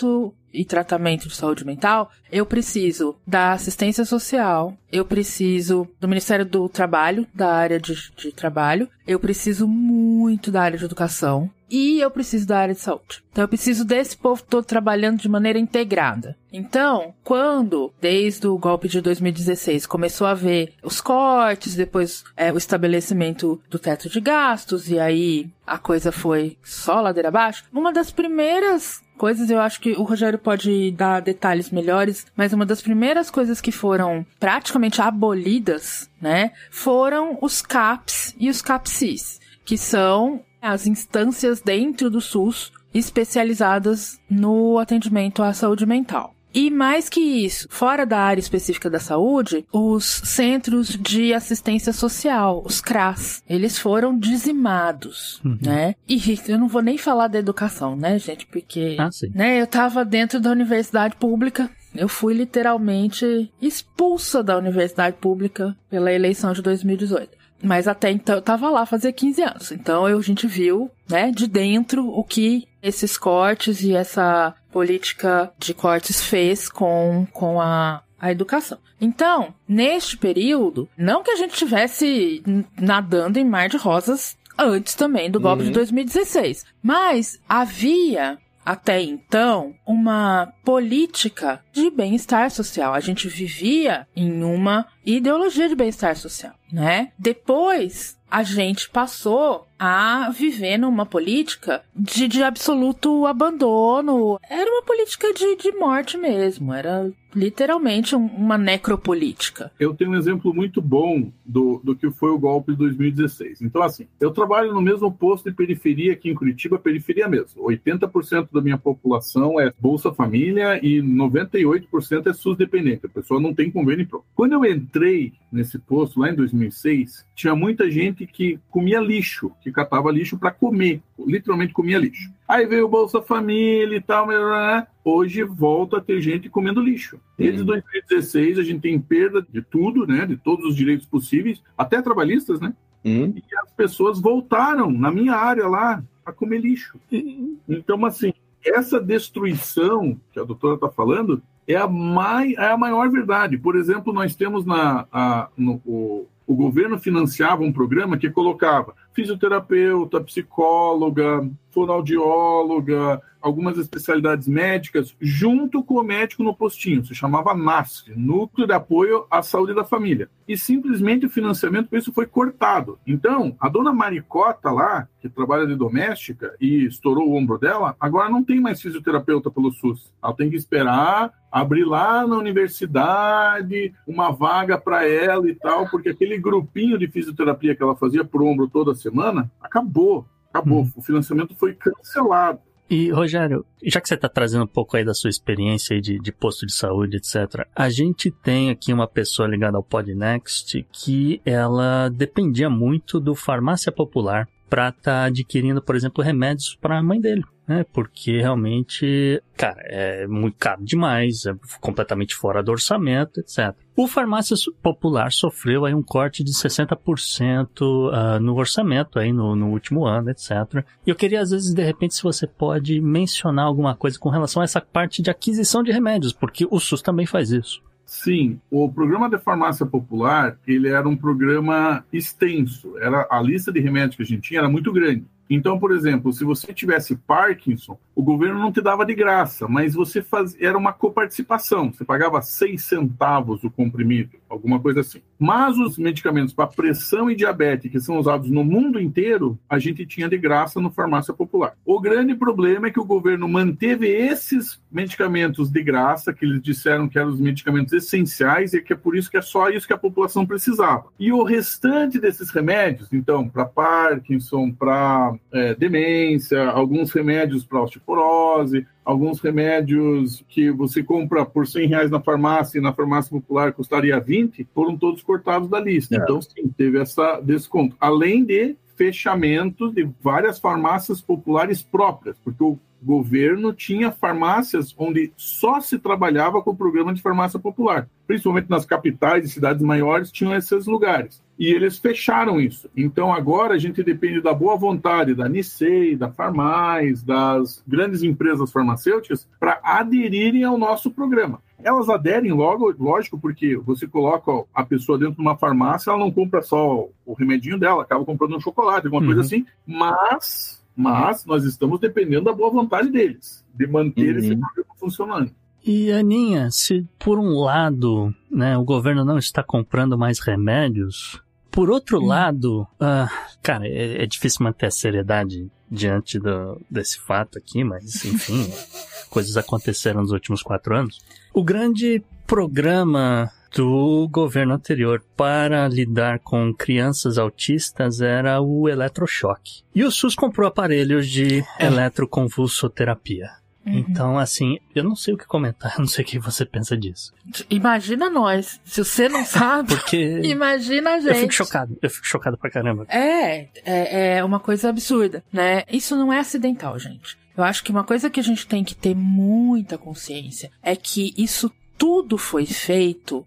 e tratamento de saúde mental, eu preciso da assistência social, eu preciso do Ministério do Trabalho, da área de, de trabalho, eu preciso muito da área de educação e eu preciso da área de saúde. Então eu preciso desse povo todo trabalhando de maneira integrada. Então, quando, desde o golpe de dois mil e dezesseis, começou a haver os cortes, depois é, o estabelecimento do teto de gastos, e aí a coisa foi só ladeira abaixo, uma das primeiras coisas, eu acho que o Rogério pode dar detalhes melhores, mas uma das primeiras coisas que foram praticamente abolidas, né, foram os CAPs e os CAPSIS, que são as instâncias dentro do SUS especializadas no atendimento à saúde mental. E mais que isso, fora da área específica da saúde, os Centros de Assistência Social, os C R A S, eles foram dizimados, uhum. né? E eu não vou nem falar da educação, né, gente? Porque ah, né, eu tava dentro da universidade pública, eu fui literalmente expulsa da universidade pública pela eleição de dois mil e dezoito. Mas até então eu tava lá fazia quinze anos. Então a gente viu, né, de dentro o que esses cortes e essa política de cortes fez com, com a, a educação. Então, neste período, não que a gente estivesse nadando em mar de rosas antes também do golpe uhum. de dois mil e dezesseis, mas havia até então uma política de bem-estar social. A gente vivia em uma ideologia de bem-estar social, né? Depois, a gente passou a viver numa política de, de absoluto abandono. Era uma política de, de morte mesmo. Era literalmente um, uma necropolítica. Eu tenho um exemplo muito bom do, do que foi o golpe de dois mil e dezesseis. Então, assim, eu trabalho no mesmo posto de periferia aqui em Curitiba, periferia mesmo. oitenta por cento da minha população é Bolsa Família e noventa e oito por cento é SUS dependente. A pessoa não tem convênio pronto. Quando eu entrei nesse posto lá em dois mil e seis, tinha muita gente que comia lixo, que catava lixo para comer, literalmente comia lixo. Aí veio o Bolsa Família e tal, hoje volta a ter gente comendo lixo. Desde uhum. dois mil e dezesseis a gente tem perda de tudo, né, de todos os direitos possíveis, até trabalhistas, né? Uhum. E as pessoas voltaram na minha área lá a comer lixo. Uhum. Então, assim, essa destruição que a doutora está falando é a, mai, é a maior verdade. Por exemplo, nós temos na... A, no, o, o governo financiava um programa que colocava fisioterapeuta, psicóloga, fonoaudióloga, algumas especialidades médicas, junto com o médico no postinho. Se chamava NASF, Núcleo de Apoio à Saúde da Família. E simplesmente o financiamento por isso foi cortado. Então, a dona Maricota lá, que trabalha de doméstica e estourou o ombro dela, agora não tem mais fisioterapeuta pelo SUS. Ela tem que esperar abrir lá na universidade uma vaga para ela e tal, porque aquele grupinho de fisioterapia que ela fazia por ombro toda semana, acabou. Acabou. Hum. O financiamento foi cancelado. E, Rogério, já que você está trazendo um pouco aí da sua experiência aí de, de posto de saúde, etcétera, a gente tem aqui uma pessoa ligada ao Podnext que ela dependia muito do farmácia popular para estar tá adquirindo, por exemplo, remédios para a mãe dele, né? Porque realmente, cara, é muito caro demais, é completamente fora do orçamento, etcétera. O farmácia popular sofreu aí um corte de sessenta por cento uh, no orçamento aí no, no último ano, etcétera. E eu queria, às vezes, de repente, se você pode mencionar alguma coisa com relação a essa parte de aquisição de remédios, porque o SUS também faz isso. Sim, o programa de farmácia popular, ele era um programa extenso, era, a lista de remédios que a gente tinha era muito grande. Então, por exemplo, se você tivesse Parkinson, o governo não te dava de graça, mas você faz... era uma coparticipação, você pagava seis centavos o comprimido, alguma coisa assim. Mas os medicamentos para pressão e diabetes, que são usados no mundo inteiro, a gente tinha de graça no farmácia popular. O grande problema é que o governo manteve esses medicamentos de graça, que eles disseram que eram os medicamentos essenciais, e que é por isso que é só isso que a população precisava. E o restante desses remédios, então, para Parkinson, para É, demência, alguns remédios para osteoporose, alguns remédios que você compra por cem reais na farmácia e na farmácia popular custaria vinte, foram todos cortados da lista. É. Então, sim, teve essa desconto. Além de fechamento de várias farmácias populares próprias, porque o governo tinha farmácias onde só se trabalhava com o programa de farmácia popular. Principalmente nas capitais e cidades maiores tinham esses lugares. E eles fecharam isso. Então agora a gente depende da boa vontade da Nicei, da Farmais, das grandes empresas farmacêuticas para aderirem ao nosso programa. Elas aderem logo, lógico, porque você coloca a pessoa dentro de uma farmácia, ela não compra só o remedinho dela, acaba comprando um chocolate, alguma uhum. coisa assim, mas, mas nós estamos dependendo da boa vontade deles, de manter uhum. esse programa funcionando. E, Aninha, se por um lado, né, o governo não está comprando mais remédios, por outro hum. lado, uh, cara, é, é difícil manter a seriedade diante do, desse fato aqui, mas, enfim, coisas aconteceram nos últimos quatro anos. O grande programa do governo anterior para lidar com crianças autistas era o eletrochoque. E o SUS comprou aparelhos de é. eletroconvulsoterapia. Então, assim, eu não sei o que comentar, eu não sei o que você pensa disso. Imagina nós, se você não sabe, porque imagina a gente. Eu fico chocado, eu fico chocado pra caramba. É, é, é uma coisa absurda, né? Isso não é acidental, gente. Eu acho que uma coisa que a gente tem que ter muita consciência é que isso tudo foi feito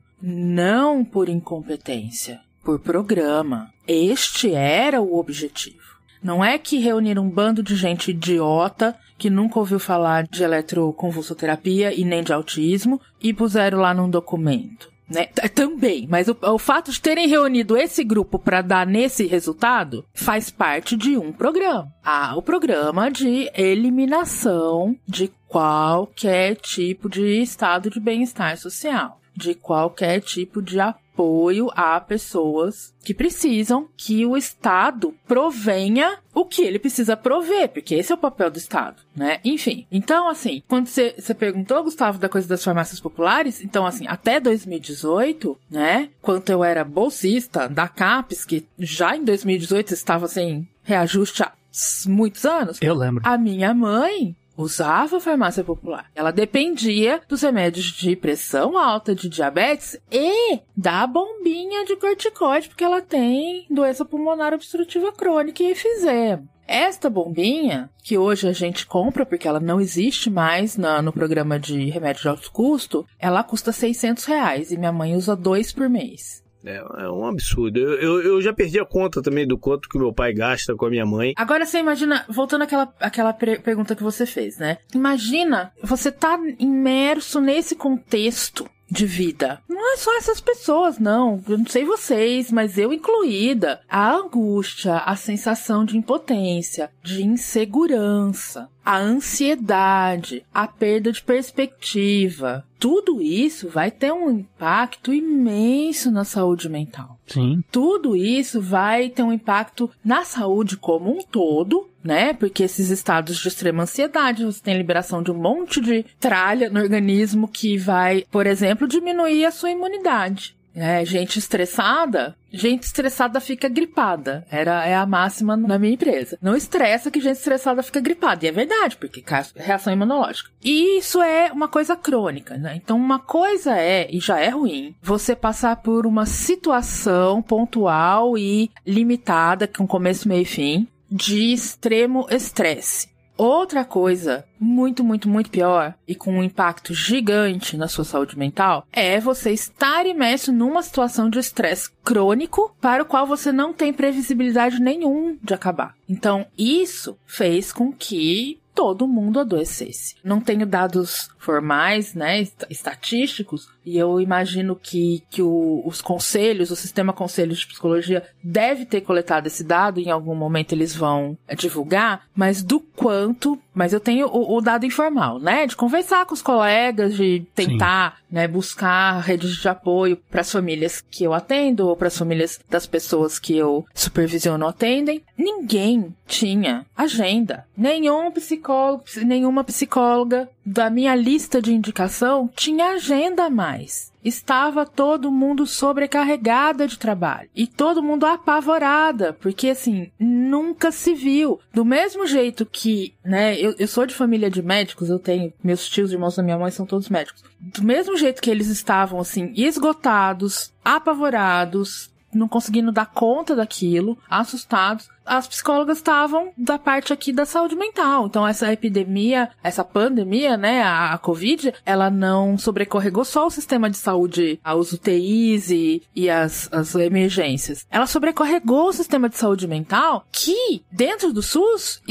não por incompetência, por programa. Este era o objetivo. Não é que reuniram um bando de gente idiota que nunca ouviu falar de eletroconvulsoterapia e nem de autismo e puseram lá num documento, né? Também, mas o, o fato de terem reunido esse grupo para dar nesse resultado faz parte de um programa. Ah, o programa de eliminação de qualquer tipo de estado de bem-estar social, de qualquer tipo de apoio a pessoas que precisam que o Estado provenha o que ele precisa prover, porque esse é o papel do Estado, né? Enfim, então assim, quando você perguntou, Gustavo, da coisa das farmácias populares, então assim, até dois mil e dezoito, né, quando eu era bolsista da CAPES, que já em dois mil e dezoito estava sem reajuste há muitos anos, eu lembro. A minha mãe usava a farmácia popular. Ela dependia dos remédios de pressão alta, de diabetes e da bombinha de corticoide, porque ela tem doença pulmonar obstrutiva crônica e efizema. Esta bombinha, que hoje a gente compra porque ela não existe mais na, no programa de remédio de alto custo, ela custa seiscentos reais e minha mãe usa dois por mês. É, é um absurdo. Eu, eu, eu já perdi a conta também do quanto que o meu pai gasta com a minha mãe. Agora você imagina, voltando àquela, àquela pre- pergunta que você fez, né? Imagina, você tá imerso nesse contexto de vida. Não é só essas pessoas, não. Eu não sei vocês, mas eu incluída. A angústia, a sensação de impotência, de insegurança, a ansiedade, a perda de perspectiva. Tudo isso vai ter um impacto imenso na saúde mental. Sim. Tudo isso vai ter um impacto na saúde como um todo, né? Porque esses estados de extrema ansiedade, você tem liberação de um monte de tralha no organismo que vai, por exemplo, diminuir a sua imunidade. É, gente estressada, gente estressada fica gripada. Era, é a máxima na minha empresa. Não estressa que gente estressada fica gripada. E é verdade, porque cai reação imunológica. E isso é uma coisa crônica, né? Então uma coisa é, e já é ruim, você passar por uma situação pontual e limitada, com começo, meio e fim, de extremo estresse. Outra coisa muito, muito, muito pior e com um impacto gigante na sua saúde mental é você estar imerso numa situação de estresse crônico para o qual você não tem previsibilidade nenhuma de acabar. Então, isso fez com que todo mundo adoecesse. Não tenho dados formais, né, estatísticos, e eu imagino que, que o, os conselhos, o sistema conselhos de psicologia deve ter coletado esse dado, em algum momento eles vão divulgar, mas do quanto, mas eu tenho o, o dado informal, né, de conversar com os colegas, de tentar, Sim. né, buscar redes de apoio para as famílias que eu atendo, ou para as famílias das pessoas que eu supervisiono atendem. Ninguém tinha agenda, nenhum psicólogo, nenhuma psicóloga da minha lista de indicação tinha agenda a mais. Estava todo mundo sobrecarregada de trabalho. E todo mundo apavorada, porque assim, nunca se viu. Do mesmo jeito que, né, eu, eu sou de família de médicos, eu tenho, meus tios e irmãos da minha mãe são todos médicos. Do mesmo jeito que eles estavam, assim, esgotados, apavorados, não conseguindo dar conta daquilo, assustados, as psicólogas estavam da parte aqui da saúde mental. Então essa epidemia, essa pandemia, né, a, a Covid, ela não sobrecarregou só o sistema de saúde, os U T Is e, e as, as emergências. Ela sobrecarregou o sistema de saúde mental que, dentro do SUS,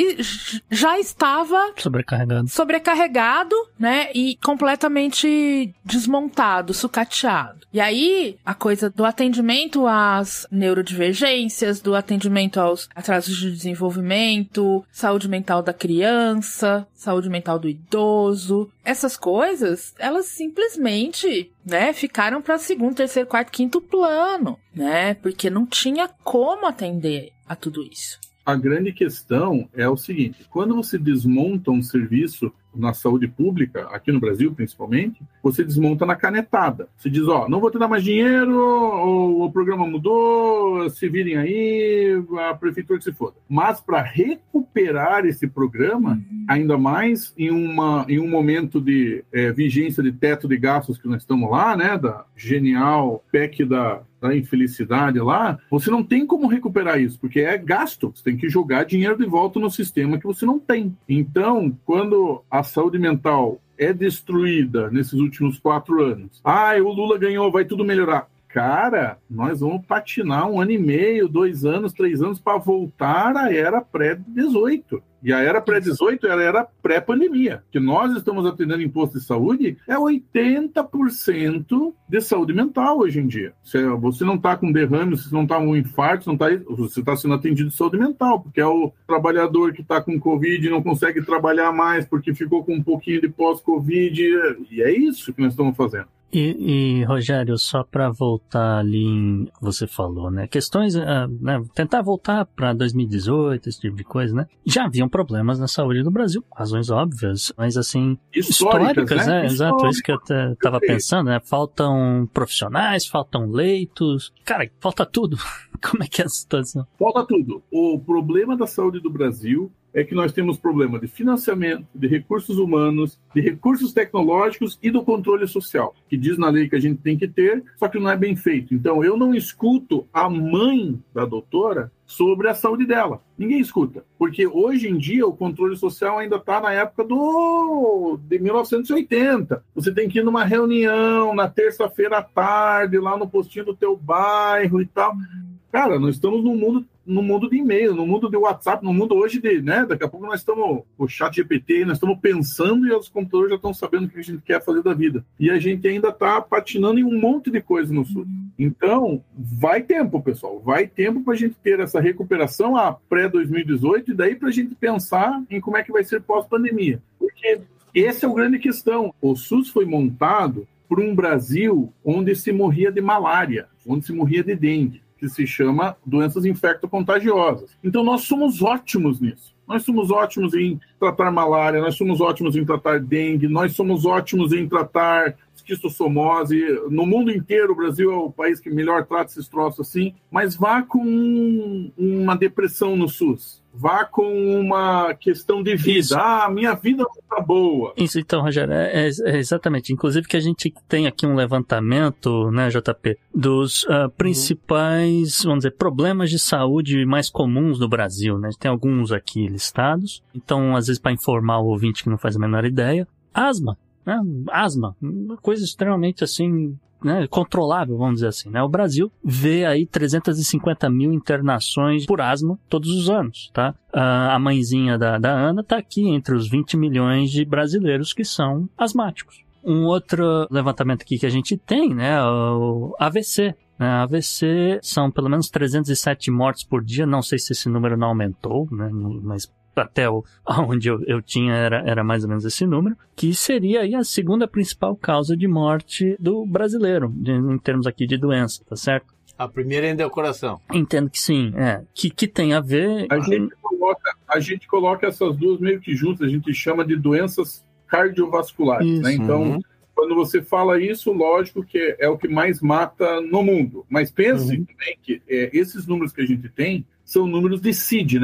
já estava sobrecarregado, sobrecarregado, né, e completamente desmontado, sucateado. E aí, a coisa do atendimento às neurodivergências, do atendimento aos atrasos de desenvolvimento, saúde mental da criança, saúde mental do idoso, essas coisas, elas simplesmente, né, ficaram para segundo, terceiro, quarto, quinto plano, né, porque não tinha como atender a tudo isso. A grande questão é o seguinte, quando você desmonta um serviço na saúde pública, aqui no Brasil principalmente, você desmonta na canetada. Você diz, ó, não vou te dar mais dinheiro, o, o programa mudou, se virem aí, a prefeitura que se foda. Mas para recuperar esse programa, uhum. ainda mais em, uma, em um momento de é, vigência de teto de gastos que nós estamos lá, né, da genial P E C da... da infelicidade lá, você não tem como recuperar isso, porque é gasto. Você tem que jogar dinheiro de volta no sistema que você não tem. Então, quando a saúde mental é destruída nesses últimos quatro anos, ah, o Lula ganhou, vai tudo melhorar. Cara, nós vamos patinar um ano e meio, dois anos, três anos para voltar à era pré dezoito. E a era pré dezoito ela era pré-pandemia. Que nós estamos atendendo imposto de saúde é oitenta por cento de saúde mental hoje em dia. Você não está com derrame, você não está com um infarto, você não tá, você está sendo atendido de saúde mental, porque é o trabalhador que está com Covid e não consegue trabalhar mais porque ficou com um pouquinho de pós-Covid. E é isso que nós estamos fazendo. E, e Rogério, só para voltar ali em que você falou, né? Questões, uh, né? Tentar voltar para dois mil e dezoito, esse tipo de coisa, né? Já haviam problemas na saúde do Brasil, razões óbvias, mas assim, históricas, históricas né? né? Exato, isso que eu estava pensando, né? Faltam profissionais, faltam leitos, cara, falta tudo. Como é que é a situação? Falta tudo. O problema da saúde do Brasil é que nós temos problema de financiamento, de recursos humanos, de recursos tecnológicos e do controle social, que diz na lei que a gente tem que ter, só que não é bem feito. Então, eu não escuto a mãe da doutora sobre a saúde dela. Ninguém escuta. Porque hoje em dia o controle social ainda está na época do de mil novecentos e oitenta. Você tem que ir numa reunião na terça-feira à tarde, lá no postinho do teu bairro e tal. Cara, nós estamos num mundo, num mundo de e-mail, no mundo de WhatsApp, no mundo hoje de, né, daqui a pouco nós estamos, o chat G P T, nós estamos pensando e os computadores já estão sabendo o que a gente quer fazer da vida. E a gente ainda está patinando em um monte de coisa no sul. Então, vai tempo, pessoal, vai tempo para a gente ter essa recuperação a pré-dois mil e dezoito e daí para a gente pensar em como é que vai ser pós-pandemia. Porque essa é a grande questão. O SUS foi montado por um Brasil onde se morria de malária, onde se morria de dengue, que se chama doenças infecto-contagiosas. Então, nós somos ótimos nisso. Nós somos ótimos em tratar malária, nós somos ótimos em tratar dengue, nós somos ótimos em tratar esquistossomose. No mundo inteiro, o Brasil é o país que melhor trata esses troços assim, mas vá com um, uma depressão no SUS. Vá com uma questão de vida. Isso. Ah, minha vida não está boa. Isso, então, Rogério, é, é exatamente. Inclusive que a gente tem aqui um levantamento, né, J P, dos uh, principais, vamos dizer, problemas de saúde mais comuns no Brasil, né? Tem alguns aqui listados. Então, às vezes, para informar o ouvinte que não faz a menor ideia, asma, né? Asma, uma coisa extremamente, assim, né, controlável, vamos dizer assim, né? O Brasil vê aí trezentas e cinquenta mil internações por asma todos os anos, tá? Uh, a mãezinha da, da Ana tá aqui entre os vinte milhões de brasileiros que são asmáticos. Um outro levantamento aqui que a gente tem, né, o A V C. Né, A V C são pelo menos trezentas e sete mortes por dia, não sei se esse número não aumentou, né, mas até o, onde eu, eu tinha era, era mais ou menos esse número, que seria aí a segunda principal causa de morte do brasileiro, de, em termos aqui de doença, tá certo? A primeira ainda é o coração. Entendo que sim, é, que, que tem a ver... A gente, coloca, a gente coloca essas duas meio que juntas, a gente chama de doenças cardiovasculares, né? Então, uhum. quando você fala isso, lógico que é o que mais mata no mundo, mas pense uhum. também que é, esses números que a gente tem são números de C I D, né?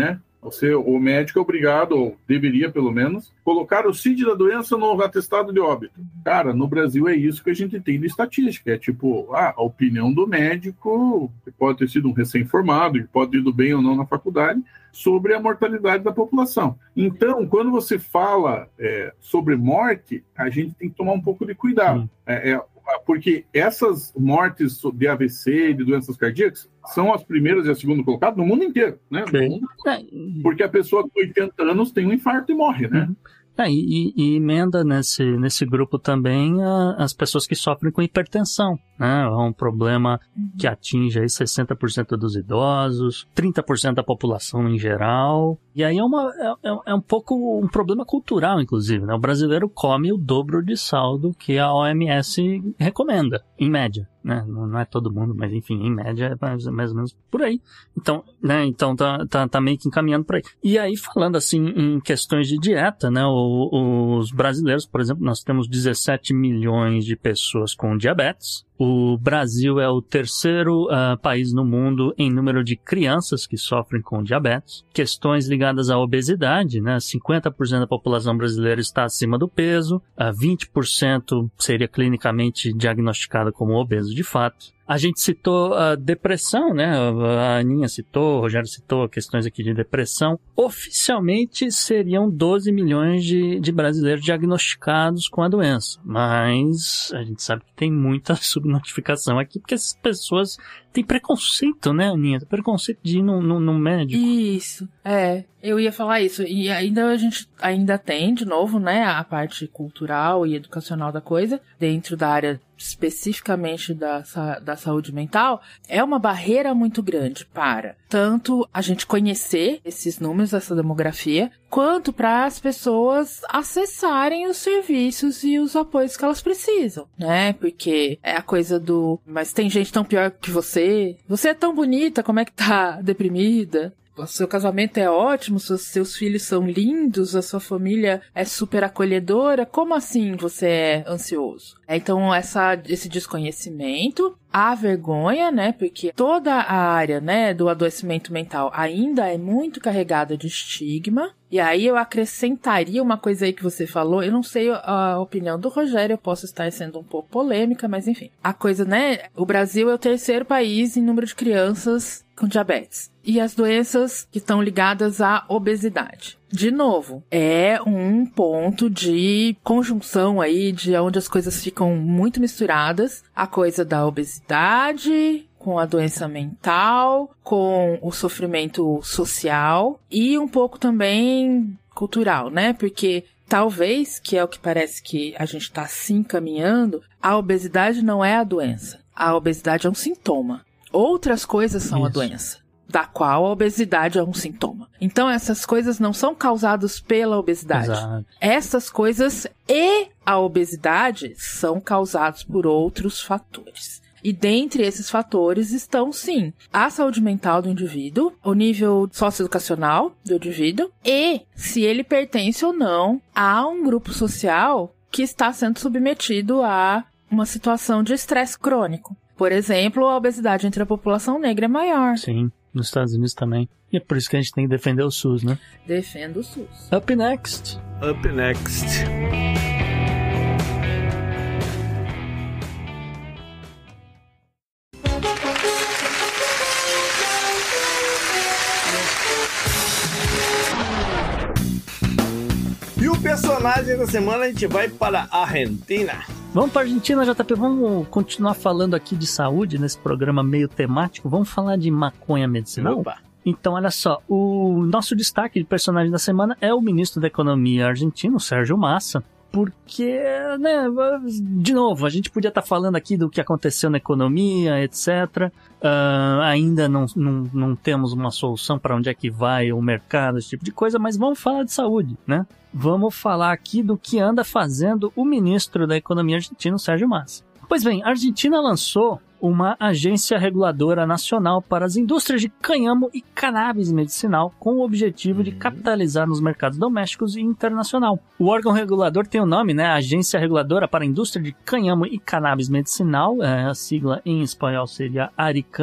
Você, o médico é obrigado, ou deveria pelo menos, colocar o C I D da doença no atestado de óbito. Cara, no Brasil é isso que a gente tem de estatística. É tipo, ah, a opinião do médico, que pode ter sido um recém-formado, que pode ter ido bem ou não na faculdade, sobre a mortalidade da população. Então, quando você fala é, sobre morte, a gente tem que tomar um pouco de cuidado. É, é, porque essas mortes de A V C, de doenças cardíacas, são as primeiras e as segundas colocadas no mundo inteiro, né? No mundo, porque a pessoa com oitenta anos tem um infarto e morre, né? Uhum. É, e, e emenda nesse, nesse grupo também a, as pessoas que sofrem com hipertensão, né? É um problema que atinge aí sessenta por cento dos idosos, trinta por cento da população em geral. E aí é, uma, é, é um pouco um problema cultural, inclusive, né? O brasileiro come o dobro de sal do que a O M S recomenda, em média. Né? Não, não é todo mundo, mas enfim, em média é mais, mais ou menos por aí. Então, né? Então tá, tá, tá meio que encaminhando por aí. E aí, falando assim em questões de dieta, né? O, os brasileiros, por exemplo, nós temos dezessete milhões de pessoas com diabetes. O Brasil é o terceiro uh, país no mundo em número de crianças que sofrem com diabetes. Questões ligadas à obesidade, né? cinquenta por cento da população brasileira está acima do peso, uh, vinte por cento seria clinicamente diagnosticada como obeso de fato. A gente citou a depressão, né? A Aninha citou, o Rogério citou questões aqui de depressão. Oficialmente seriam doze milhões de, de brasileiros diagnosticados com a doença. Mas a gente sabe que tem muita subnotificação aqui, porque essas pessoas têm preconceito, né, Aninha? Preconceito de ir no, no, no médico. Isso, é. Eu ia falar isso. E ainda a gente ainda tem, de novo, né, a parte cultural e educacional da coisa, dentro da área especificamente da, da saúde mental, é uma barreira muito grande para tanto a gente conhecer esses números, essa demografia, quanto para as pessoas acessarem os serviços e os apoios que elas precisam, né? Porque é a coisa do, mas tem gente tão pior que você, você é tão bonita, como é que tá deprimida? O seu casamento é ótimo, seus, seus filhos são lindos, a sua família é super acolhedora, como assim você é ansioso? Então, essa, esse desconhecimento, a vergonha, né, porque toda a área, né, do adoecimento mental ainda é muito carregada de estigma. E aí eu acrescentaria uma coisa aí que você falou, eu não sei a opinião do Rogério, eu posso estar sendo um pouco polêmica, mas enfim. A coisa, né, o Brasil é o terceiro país em número de crianças com diabetes. E as doenças que estão ligadas à obesidade. De novo, é um ponto de conjunção aí, de onde as coisas ficam muito misturadas. A coisa da obesidade, com a doença mental, com o sofrimento social e um pouco também cultural, né? Porque talvez, que é o que parece que a gente está se encaminhando, a obesidade não é a doença. A obesidade é um sintoma. Outras coisas são Isso. a doença, da qual a obesidade é um sintoma. Então, essas coisas não são causadas pela obesidade. Exato. Essas coisas e a obesidade são causadas por outros fatores. E dentre esses fatores estão, sim, a saúde mental do indivíduo, o nível socioeducacional do indivíduo e se ele pertence ou não a um grupo social que está sendo submetido a uma situação de estresse crônico. Por exemplo, a obesidade entre a população negra é maior. Sim, nos Estados Unidos também. E é por isso que a gente tem que defender o SUS, né? Defenda o SUS. Up next. Up next. E o personagem da semana a gente vai para a Argentina. Vamos para a Argentina, J P. Vamos continuar falando aqui de saúde nesse programa meio temático. Vamos falar de maconha medicinal? Opa. Então, olha só. O nosso destaque de personagem da semana é o ministro da Economia argentino, Sérgio Massa. Porque, né, de novo, a gente podia estar falando aqui do que aconteceu na economia, etcétera. Uh, ainda não, não, não temos uma solução para onde é que vai o mercado, esse tipo de coisa, mas vamos falar de saúde, né? Vamos falar aqui do que anda fazendo o ministro da Economia argentino, Sérgio Massa. Pois bem, a Argentina lançou uma agência reguladora nacional para as indústrias de cânhamo e cannabis medicinal, com o objetivo de capitalizar nos mercados domésticos e internacional. O órgão regulador tem o nome, né? Agência Reguladora para a Indústria de Cânhamo e Cannabis Medicinal, é, a sigla em espanhol seria ARICAME.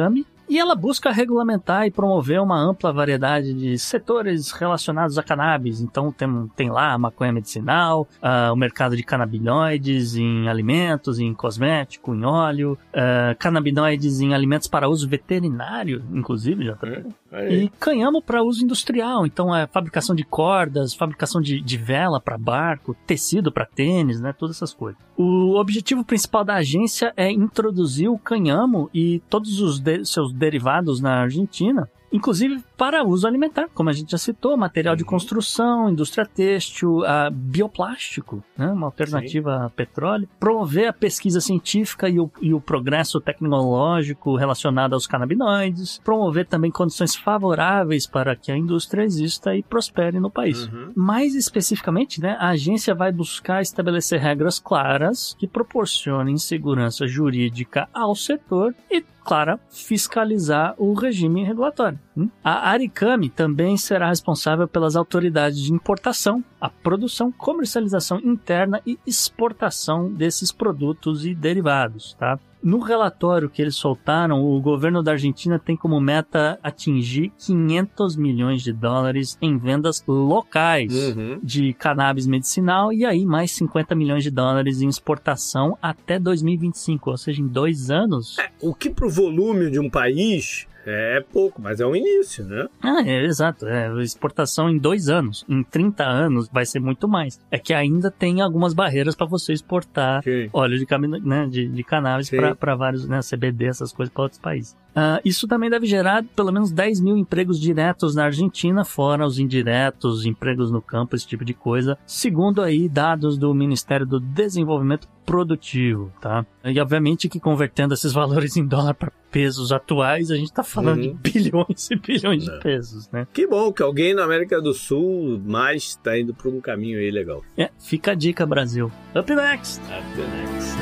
E ela busca regulamentar e promover uma ampla variedade de setores relacionados a cannabis. Então tem, tem lá a maconha medicinal, uh, o mercado de canabinoides em alimentos, em cosmético, em óleo, uh, canabinoides em alimentos para uso veterinário, inclusive, já tá. É, é. E cânhamo para uso industrial. Então é fabricação de cordas, fabricação de, de vela para barco, tecido para tênis, né? Todas essas coisas. O objetivo principal da agência é introduzir o cânhamo e todos os de- seus derivados na Argentina, inclusive para uso alimentar, como a gente já citou, material de construção, indústria têxtil, uh, bioplástico, né, uma alternativa Sim. a petróleo, promover a pesquisa científica e o, e o progresso tecnológico relacionado aos canabinoides, promover também condições favoráveis para que a indústria exista e prospere no país. Uhum. Mais especificamente, né, a agência vai buscar estabelecer regras claras que proporcionem segurança jurídica ao setor e, claro, fiscalizar o regime regulatório. A Aricame também será responsável pelas autoridades de importação, a produção, comercialização interna e exportação desses produtos e derivados, tá? No relatório que eles soltaram, o governo da Argentina tem como meta atingir quinhentos milhões de dólares em vendas locais uhum. de cannabis medicinal e aí mais cinquenta milhões de dólares em exportação até dois mil e vinte e cinco, ou seja, em dois anos. É, o que pro volume de um país é pouco, mas é um início, né? Ah, é, exato. É, exportação em dois anos. Em trinta anos vai ser muito mais. É que ainda tem algumas barreiras para você exportar Sim. óleo de, cam... né, de, de cannabis para vários, né, C B D, essas coisas, para outros países. Uh, isso também deve gerar pelo menos dez mil empregos diretos na Argentina, fora os indiretos, empregos no campo, esse tipo de coisa, segundo aí dados do Ministério do Desenvolvimento Produtivo, tá? E obviamente que convertendo esses valores em dólar para pesos atuais, a gente tá falando uhum. de bilhões e bilhões Não. de pesos, né? Que bom que alguém na América do Sul mais tá indo por um caminho aí legal. É, fica a dica, Brasil. Up next! Up next!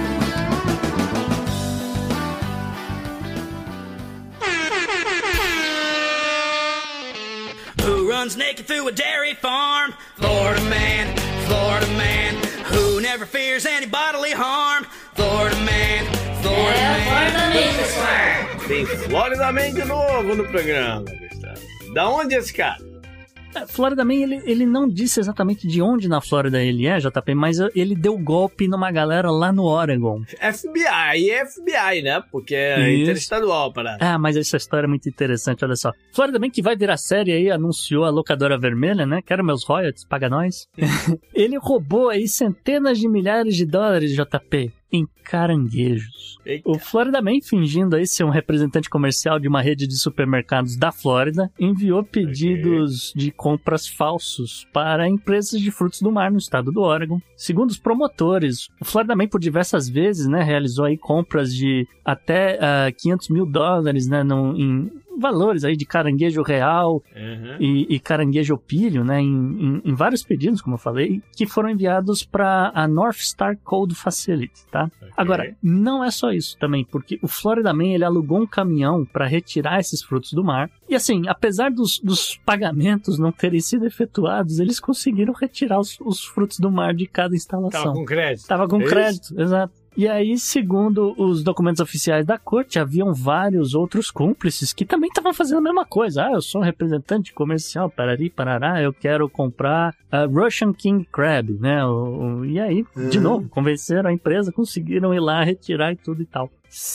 Who runs naked through a dairy farm? Florida man, Florida man. Who never fears any bodily harm? Florida man, Florida é, man. Florida Man. Tem Florida Man de novo no programa, Gustavo. Da onde é esse cara? É, Florida Man, ele, ele não disse exatamente de onde na Flórida ele é, J P, mas ele deu golpe numa galera lá no Oregon. F B I, é F B I, né? Porque é Isso. interestadual, parada. Ah, mas essa história é muito interessante, olha só. Florida Man, que vai virar série aí, anunciou a locadora vermelha, né? Quero meus royalties, paga nós. Ele roubou aí centenas de milhares de dólares, J P, em caranguejos. Eita. O Florida Man, fingindo aí ser um representante comercial de uma rede de supermercados da Flórida, enviou pedidos okay. de compras falsos para empresas de frutos do mar no estado do Oregon. Segundo os promotores, o Florida Man por diversas vezes, né, realizou aí compras de até uh, quinhentos mil dólares, né, no, em valores aí de caranguejo real uhum. e, e caranguejo pilho, né, em, em, em vários pedidos, como eu falei, que foram enviados para a North Star Cold Facility, tá? Okay. Agora, não é só isso também, porque o Florida Man, ele alugou um caminhão para retirar esses frutos do mar, e assim, apesar dos, dos pagamentos não terem sido efetuados, eles conseguiram retirar os, os frutos do mar de cada instalação. Tava com crédito. Tava com é crédito, isso? Exato. E aí, segundo os documentos oficiais da corte, haviam vários outros cúmplices que também estavam fazendo a mesma coisa. Ah, eu sou um representante comercial, parari, parará, eu quero comprar a Russian King Crab, né? O, o, e aí, uhum. de novo, convenceram a empresa, conseguiram ir lá, retirar e tudo e tal.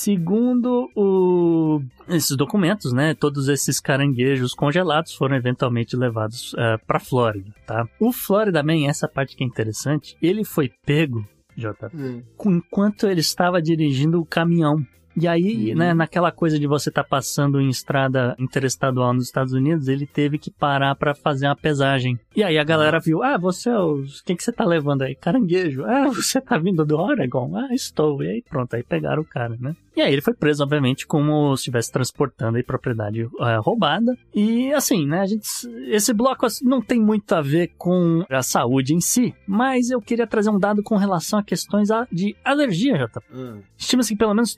Segundo o... esses documentos, né, todos esses caranguejos congelados foram eventualmente levados uh, para Flórida, tá? O Florida Man, essa parte que é interessante, ele foi pego, J, hum. enquanto ele estava dirigindo o caminhão. E aí, uhum. né, naquela coisa de você estar tá passando em estrada interestadual nos Estados Unidos, ele teve que parar para fazer uma pesagem. E aí a galera viu, ah, você é o... quem que você tá levando aí? Caranguejo. Ah, você tá vindo do Oregon? Ah, estou. E aí pronto, aí pegaram o cara, né? E aí ele foi preso, obviamente, como se estivesse transportando aí propriedade uh, roubada. E assim, né, a gente... esse bloco assim, não tem muito a ver com a saúde em si, mas eu queria trazer um dado com relação a questões de alergia, Jota. Hum. Estima-se que pelo menos trinta por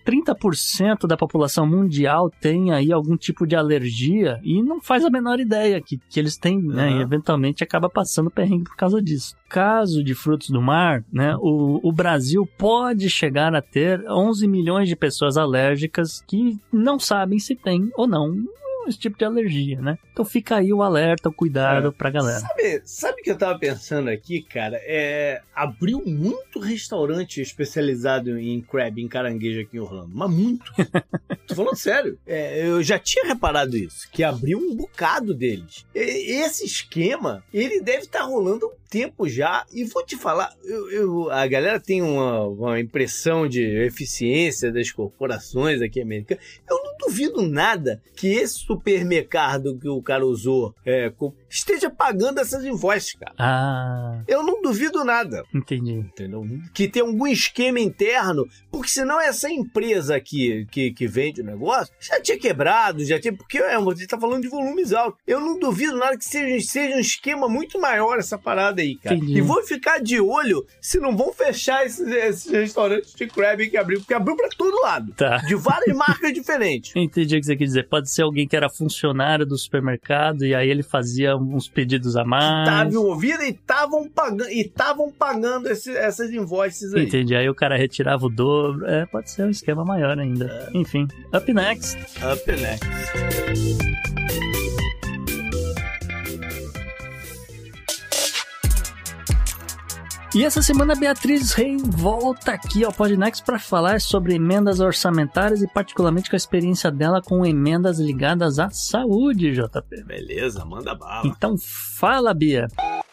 por cento da população mundial tem aí algum tipo de alergia e não faz a menor ideia que, que eles têm, né? Uhum. E eventualmente acaba passando perrengue por causa disso. Caso de frutos do mar, né? O, o Brasil pode chegar a ter onze milhões de pessoas alérgicas que não sabem se tem ou não esse tipo de alergia, né? Então fica aí o alerta, o cuidado é. pra galera. Sabe, sabe o que eu tava pensando aqui, cara? É, abriu muito restaurante especializado em crab, em caranguejo aqui em Orlando. Mas muito. Tô falando sério. É, eu já tinha reparado isso, que abriu um bocado deles. E, esse esquema, ele deve estar tá rolando um tempo já. E vou te falar, eu, eu, a galera tem uma, uma impressão de eficiência das corporações aqui americanas. Eu não duvido nada que esse supermercado que o cara usou é, esteja pagando essas invoices, cara. Ah. Eu não duvido nada. Entendi. Entendeu? Que tem algum esquema interno, porque senão essa empresa aqui que, que vende o negócio já tinha quebrado, já tinha. Porque é, você tá falando de volumes altos. Eu não duvido nada que seja, seja um esquema muito maior essa parada aí, cara. Entendi. E vou ficar de olho se não vão fechar esses, esses restaurantes de crab que abriu, porque abriu pra todo lado. Tá. De várias marcas diferentes. Entendi o que você quer dizer. Pode ser alguém que era funcionário do supermercado e aí ele fazia uns pedidos a mais. Tava ouvindo e estavam pagando, e estavam pagando esse, essas invoices aí. Entendi. Aí o cara retirava o dobro. É, pode ser um esquema maior ainda. É. Enfim, up next. Up next. E essa semana a Beatriz Rey volta aqui ao Podnext para falar sobre emendas orçamentárias e particularmente com a experiência dela com emendas ligadas à saúde, J P. Beleza, manda bala. Então fala, Bia.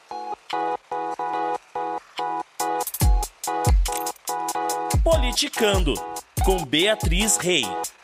Politicando, com Beatriz Rey.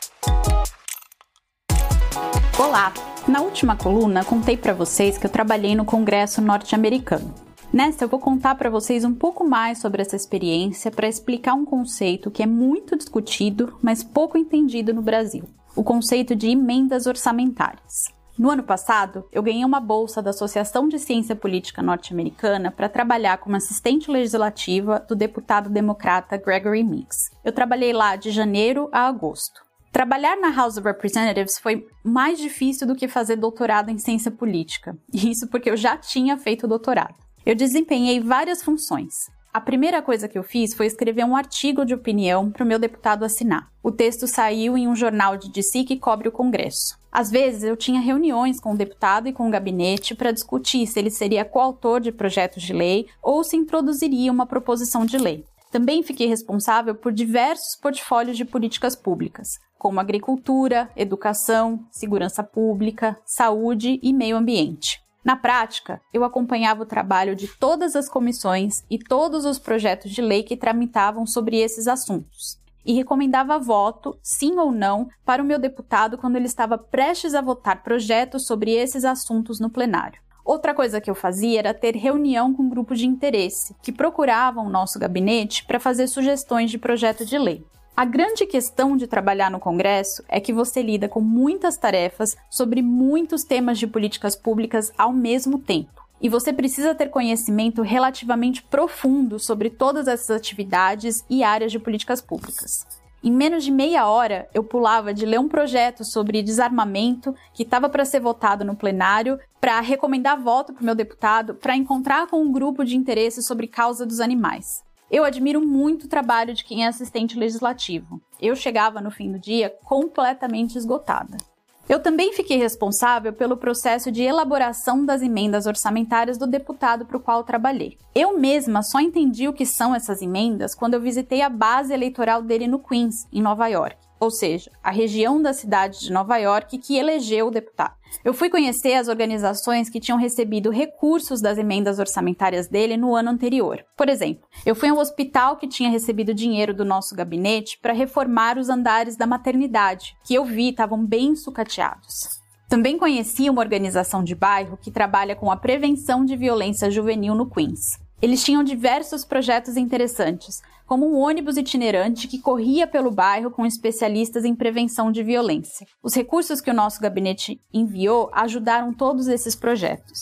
Olá! Na última coluna, contei para vocês que eu trabalhei no Congresso norte-americano. Nesta, eu vou contar para vocês um pouco mais sobre essa experiência para explicar um conceito que é muito discutido, mas pouco entendido no Brasil. O conceito de emendas orçamentárias. No ano passado, eu ganhei uma bolsa da Associação de Ciência Política Norte-Americana para trabalhar como assistente legislativa do deputado democrata Gregory Meeks. Eu trabalhei lá de janeiro a agosto. Trabalhar na House of Representatives foi mais difícil do que fazer doutorado em ciência política. E isso porque eu já tinha feito doutorado. Eu desempenhei várias funções. A primeira coisa que eu fiz foi escrever um artigo de opinião para o meu deputado assinar. O texto saiu em um jornal de D C que cobre o Congresso. Às vezes, eu tinha reuniões com o deputado e com o gabinete para discutir se ele seria coautor de projetos de lei ou se introduziria uma proposição de lei. Também fiquei responsável por diversos portfólios de políticas públicas, como agricultura, educação, segurança pública, saúde e meio ambiente. Na prática, eu acompanhava o trabalho de todas as comissões e todos os projetos de lei que tramitavam sobre esses assuntos, e recomendava voto, sim ou não, para o meu deputado quando ele estava prestes a votar projetos sobre esses assuntos no plenário. Outra coisa que eu fazia era ter reunião com grupos de interesse, que procuravam o nosso gabinete para fazer sugestões de projeto de lei. A grande questão de trabalhar no Congresso é que você lida com muitas tarefas sobre muitos temas de políticas públicas ao mesmo tempo. E você precisa ter conhecimento relativamente profundo sobre todas essas atividades e áreas de políticas públicas. Em menos de meia hora, eu pulava de ler um projeto sobre desarmamento que estava para ser votado no plenário, para recomendar voto para o meu deputado, para encontrar com um grupo de interesse sobre causa dos animais. Eu admiro muito o trabalho de quem é assistente legislativo. Eu chegava no fim do dia completamente esgotada. Eu também fiquei responsável pelo processo de elaboração das emendas orçamentárias do deputado para o qual trabalhei. Eu mesma só entendi o que são essas emendas quando eu visitei a base eleitoral dele no Queens, em Nova York, ou seja, a região da cidade de Nova York que elegeu o deputado. Eu fui conhecer as organizações que tinham recebido recursos das emendas orçamentárias dele no ano anterior. Por exemplo, eu fui ao hospital que tinha recebido dinheiro do nosso gabinete para reformar os andares da maternidade, que eu vi estavam bem sucateados. Também conheci uma organização de bairro que trabalha com a prevenção de violência juvenil no Queens. Eles tinham diversos projetos interessantes, como um ônibus itinerante que corria pelo bairro com especialistas em prevenção de violência. Os recursos que o nosso gabinete enviou ajudaram todos esses projetos.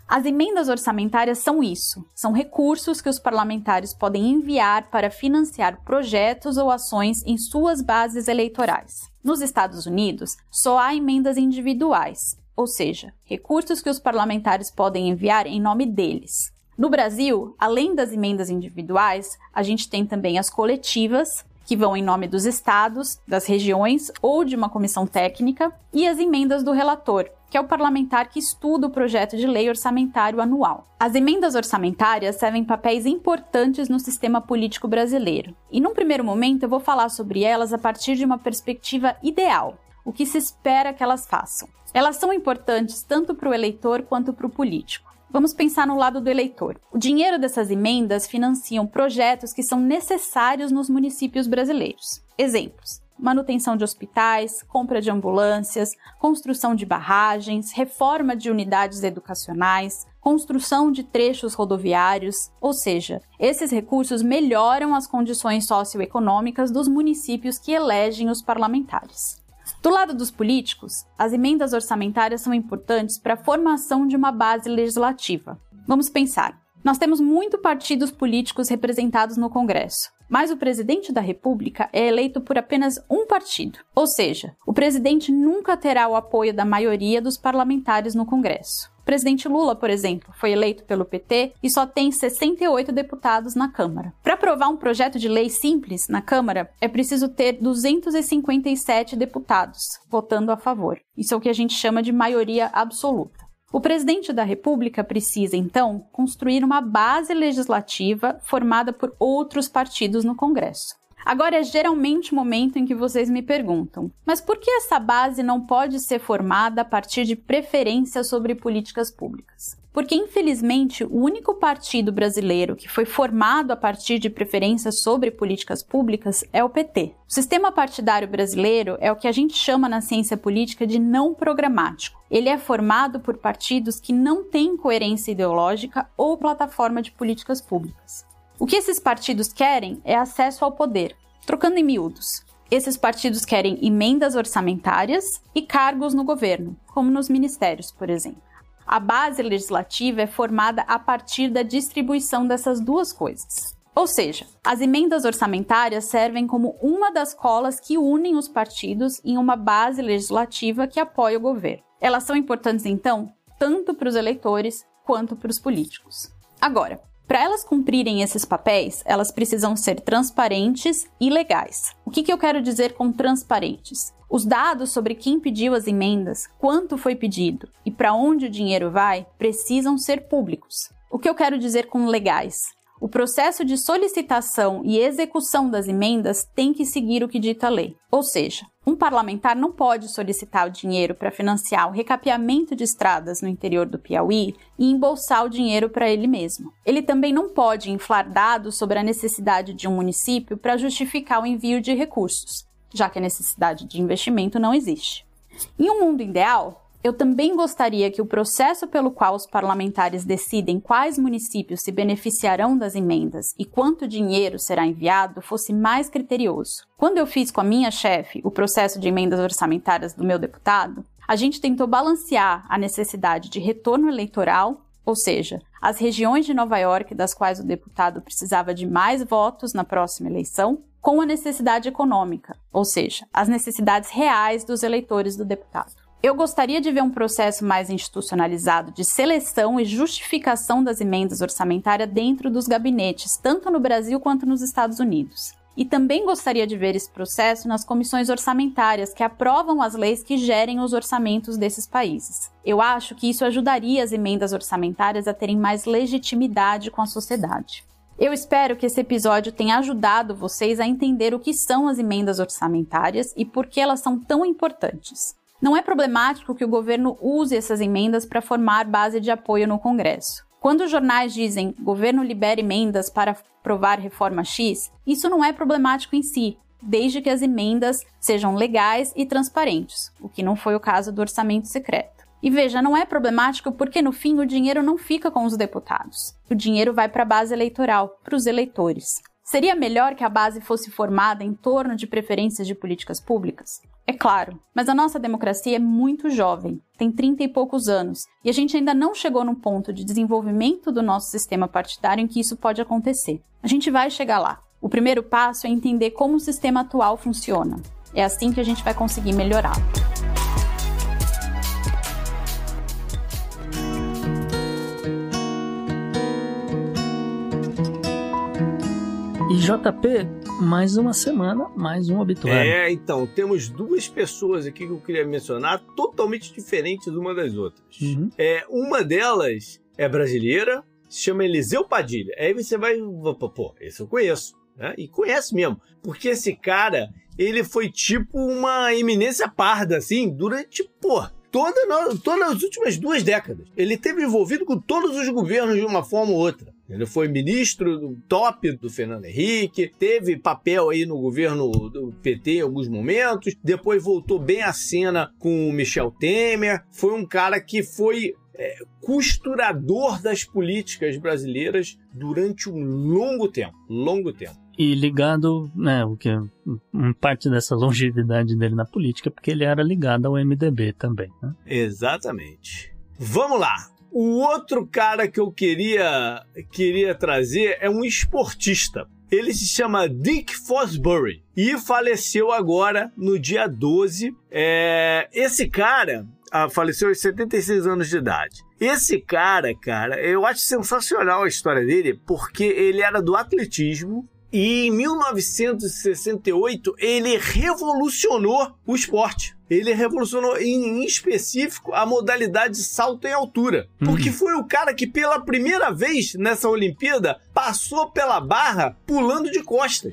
As emendas orçamentárias são isso, são recursos que os parlamentares podem enviar para financiar projetos ou ações em suas bases eleitorais. Nos Estados Unidos, só há emendas individuais, ou seja, recursos que os parlamentares podem enviar em nome deles. No Brasil, além das emendas individuais, a gente tem também as coletivas, que vão em nome dos estados, das regiões ou de uma comissão técnica, e as emendas do relator, que é o parlamentar que estuda o projeto de lei orçamentário anual. As emendas orçamentárias servem papéis importantes no sistema político brasileiro. E num primeiro momento eu vou falar sobre elas a partir de uma perspectiva ideal, o que se espera que elas façam. Elas são importantes tanto para o eleitor quanto para o político. Vamos pensar no lado do eleitor. O dinheiro dessas emendas financiam projetos que são necessários nos municípios brasileiros. Exemplos: manutenção de hospitais, compra de ambulâncias, construção de barragens, reforma de unidades educacionais, construção de trechos rodoviários, ou seja, esses recursos melhoram as condições socioeconômicas dos municípios que elegem os parlamentares. Do lado dos políticos, as emendas orçamentárias são importantes para a formação de uma base legislativa. Vamos pensar. Nós temos muitos partidos políticos representados no Congresso, mas o presidente da República é eleito por apenas um partido. Ou seja, o presidente nunca terá o apoio da maioria dos parlamentares no Congresso. O presidente Lula, por exemplo, foi eleito pelo P T e só tem sessenta e oito deputados na Câmara. Para aprovar um projeto de lei simples na Câmara, é preciso ter duzentos e cinquenta e sete deputados votando a favor. Isso é o que a gente chama de maioria absoluta. O presidente da República precisa, então, construir uma base legislativa formada por outros partidos no Congresso. Agora é geralmente o momento em que vocês me perguntam, mas por que essa base não pode ser formada a partir de preferências sobre políticas públicas? Porque, infelizmente, o único partido brasileiro que foi formado a partir de preferências sobre políticas públicas é o P T. O sistema partidário brasileiro é o que a gente chama na ciência política de não programático. Ele é formado por partidos que não têm coerência ideológica ou plataforma de políticas públicas. O que esses partidos querem é acesso ao poder. Trocando em miúdos, esses partidos querem emendas orçamentárias e cargos no governo, como nos ministérios, por exemplo. A base legislativa é formada a partir da distribuição dessas duas coisas. Ou seja, as emendas orçamentárias servem como uma das colas que unem os partidos em uma base legislativa que apoia o governo. Elas são importantes, então, tanto para os eleitores quanto para os políticos. Agora, para elas cumprirem esses papéis, elas precisam ser transparentes e legais. O que, que eu quero dizer com transparentes? Os dados sobre quem pediu as emendas, quanto foi pedido e para onde o dinheiro vai precisam ser públicos. O que eu quero dizer com legais? O processo de solicitação e execução das emendas tem que seguir o que dita a lei. Ou seja, um parlamentar não pode solicitar o dinheiro para financiar o recapeamento de estradas no interior do Piauí e embolsar o dinheiro para ele mesmo. Ele também não pode inflar dados sobre a necessidade de um município para justificar o envio de recursos, já que a necessidade de investimento não existe. Em um mundo ideal, eu também gostaria que o processo pelo qual os parlamentares decidem quais municípios se beneficiarão das emendas e quanto dinheiro será enviado fosse mais criterioso. Quando eu fiz com a minha chefe o processo de emendas orçamentárias do meu deputado, a gente tentou balancear a necessidade de retorno eleitoral, ou seja, as regiões de Nova York das quais o deputado precisava de mais votos na próxima eleição, com a necessidade econômica, ou seja, as necessidades reais dos eleitores do deputado. Eu gostaria de ver um processo mais institucionalizado de seleção e justificação das emendas orçamentárias dentro dos gabinetes, tanto no Brasil quanto nos Estados Unidos. E também gostaria de ver esse processo nas comissões orçamentárias que aprovam as leis que gerem os orçamentos desses países. Eu acho que isso ajudaria as emendas orçamentárias a terem mais legitimidade com a sociedade. Eu espero que esse episódio tenha ajudado vocês a entender o que são as emendas orçamentárias e por que elas são tão importantes. Não é problemático que o governo use essas emendas para formar base de apoio no Congresso. Quando os jornais dizem governo libera emendas para aprovar reforma X, isso não é problemático em si, desde que as emendas sejam legais e transparentes, o que não foi o caso do orçamento secreto. E veja, não é problemático porque no fim o dinheiro não fica com os deputados. O dinheiro vai para a base eleitoral, para os eleitores. Seria melhor que a base fosse formada em torno de preferências de políticas públicas? É claro, mas a nossa democracia é muito jovem, tem trinta e poucos anos, e a gente ainda não chegou num ponto de desenvolvimento do nosso sistema partidário em que isso pode acontecer. A gente vai chegar lá. O primeiro passo é entender como o sistema atual funciona. É assim que a gente vai conseguir melhorá-lo. E J P, mais uma semana, mais um obituário. É, então, temos duas pessoas aqui que eu queria mencionar, totalmente diferentes uma das outras. Uhum. É, uma delas é brasileira, se chama Eliseu Padilha. Aí você vai, pô, esse eu conheço, né? E conhece mesmo, porque esse cara, ele foi tipo uma eminência parda, assim, durante, pô, toda, todas as últimas duas décadas. Ele esteve envolvido com todos os governos de uma forma ou outra. Ele foi ministro do top do Fernando Henrique, teve papel aí no governo do P T em alguns momentos, depois voltou bem à cena com o Michel Temer. Foi um cara que foi é, costurador das políticas brasileiras durante um longo tempo, longo tempo. E ligado, né, o que um parte dessa longevidade dele na política, porque ele era ligado ao M D B também, né? Exatamente. Vamos lá. O outro cara que eu queria, queria trazer é um esportista. Ele se chama Dick Fosbury e faleceu agora no dia doze. É, esse cara ah, faleceu aos setenta e seis anos de idade. Esse cara, cara, eu acho sensacional a história dele, porque ele era do atletismo. E em mil novecentos e sessenta e oito, ele revolucionou o esporte. Ele revolucionou, em específico, a modalidade de salto em altura. Porque foi o cara que, pela primeira vez nessa Olimpíada, passou pela barra pulando de costas.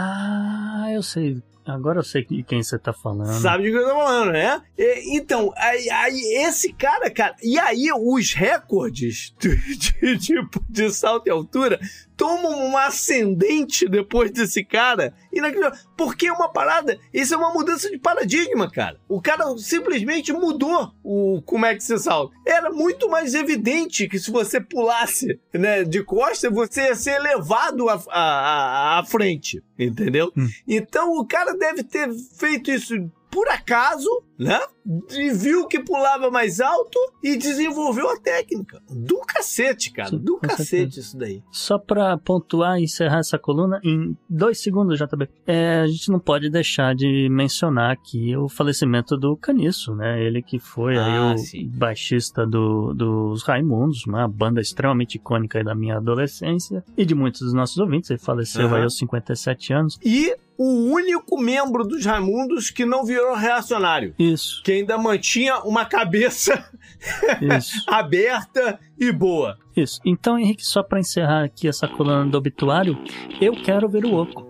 Ah, eu sei. Agora eu sei de quem você tá falando. Sabe de quem eu tô falando, né? E, então, aí, aí esse cara, cara... E aí os recordes de, de, de, de salto em altura tomam um ascendente depois desse cara. Porque é uma parada... Isso é uma mudança de paradigma, cara. O cara simplesmente mudou o como é que se salta. Era muito mais evidente que se você pulasse, né, de costas, você ia ser elevado à, à, à frente. Entendeu? Hum. Então o cara deve ter feito isso por acaso, né? E viu que pulava mais alto e desenvolveu a técnica. Do cacete, cara. Sim, do cacete certeza. Isso daí. Só pra pontuar e encerrar essa coluna, em dois segundos, J B, é, a gente não pode deixar de mencionar aqui o falecimento do Caniço, né? Ele que foi ah, aí o sim. baixista do, dos Raimundos, uma banda extremamente icônica aí da minha adolescência e de muitos dos nossos ouvintes. Ele faleceu uhum. aí aos cinquenta e sete anos. E o único membro dos Raimundos que não virou reacionário. Isso. Que ainda mantinha uma cabeça aberta e boa. Isso. Então, Henrique, só para encerrar aqui essa coluna do obituário, eu quero ver o oco.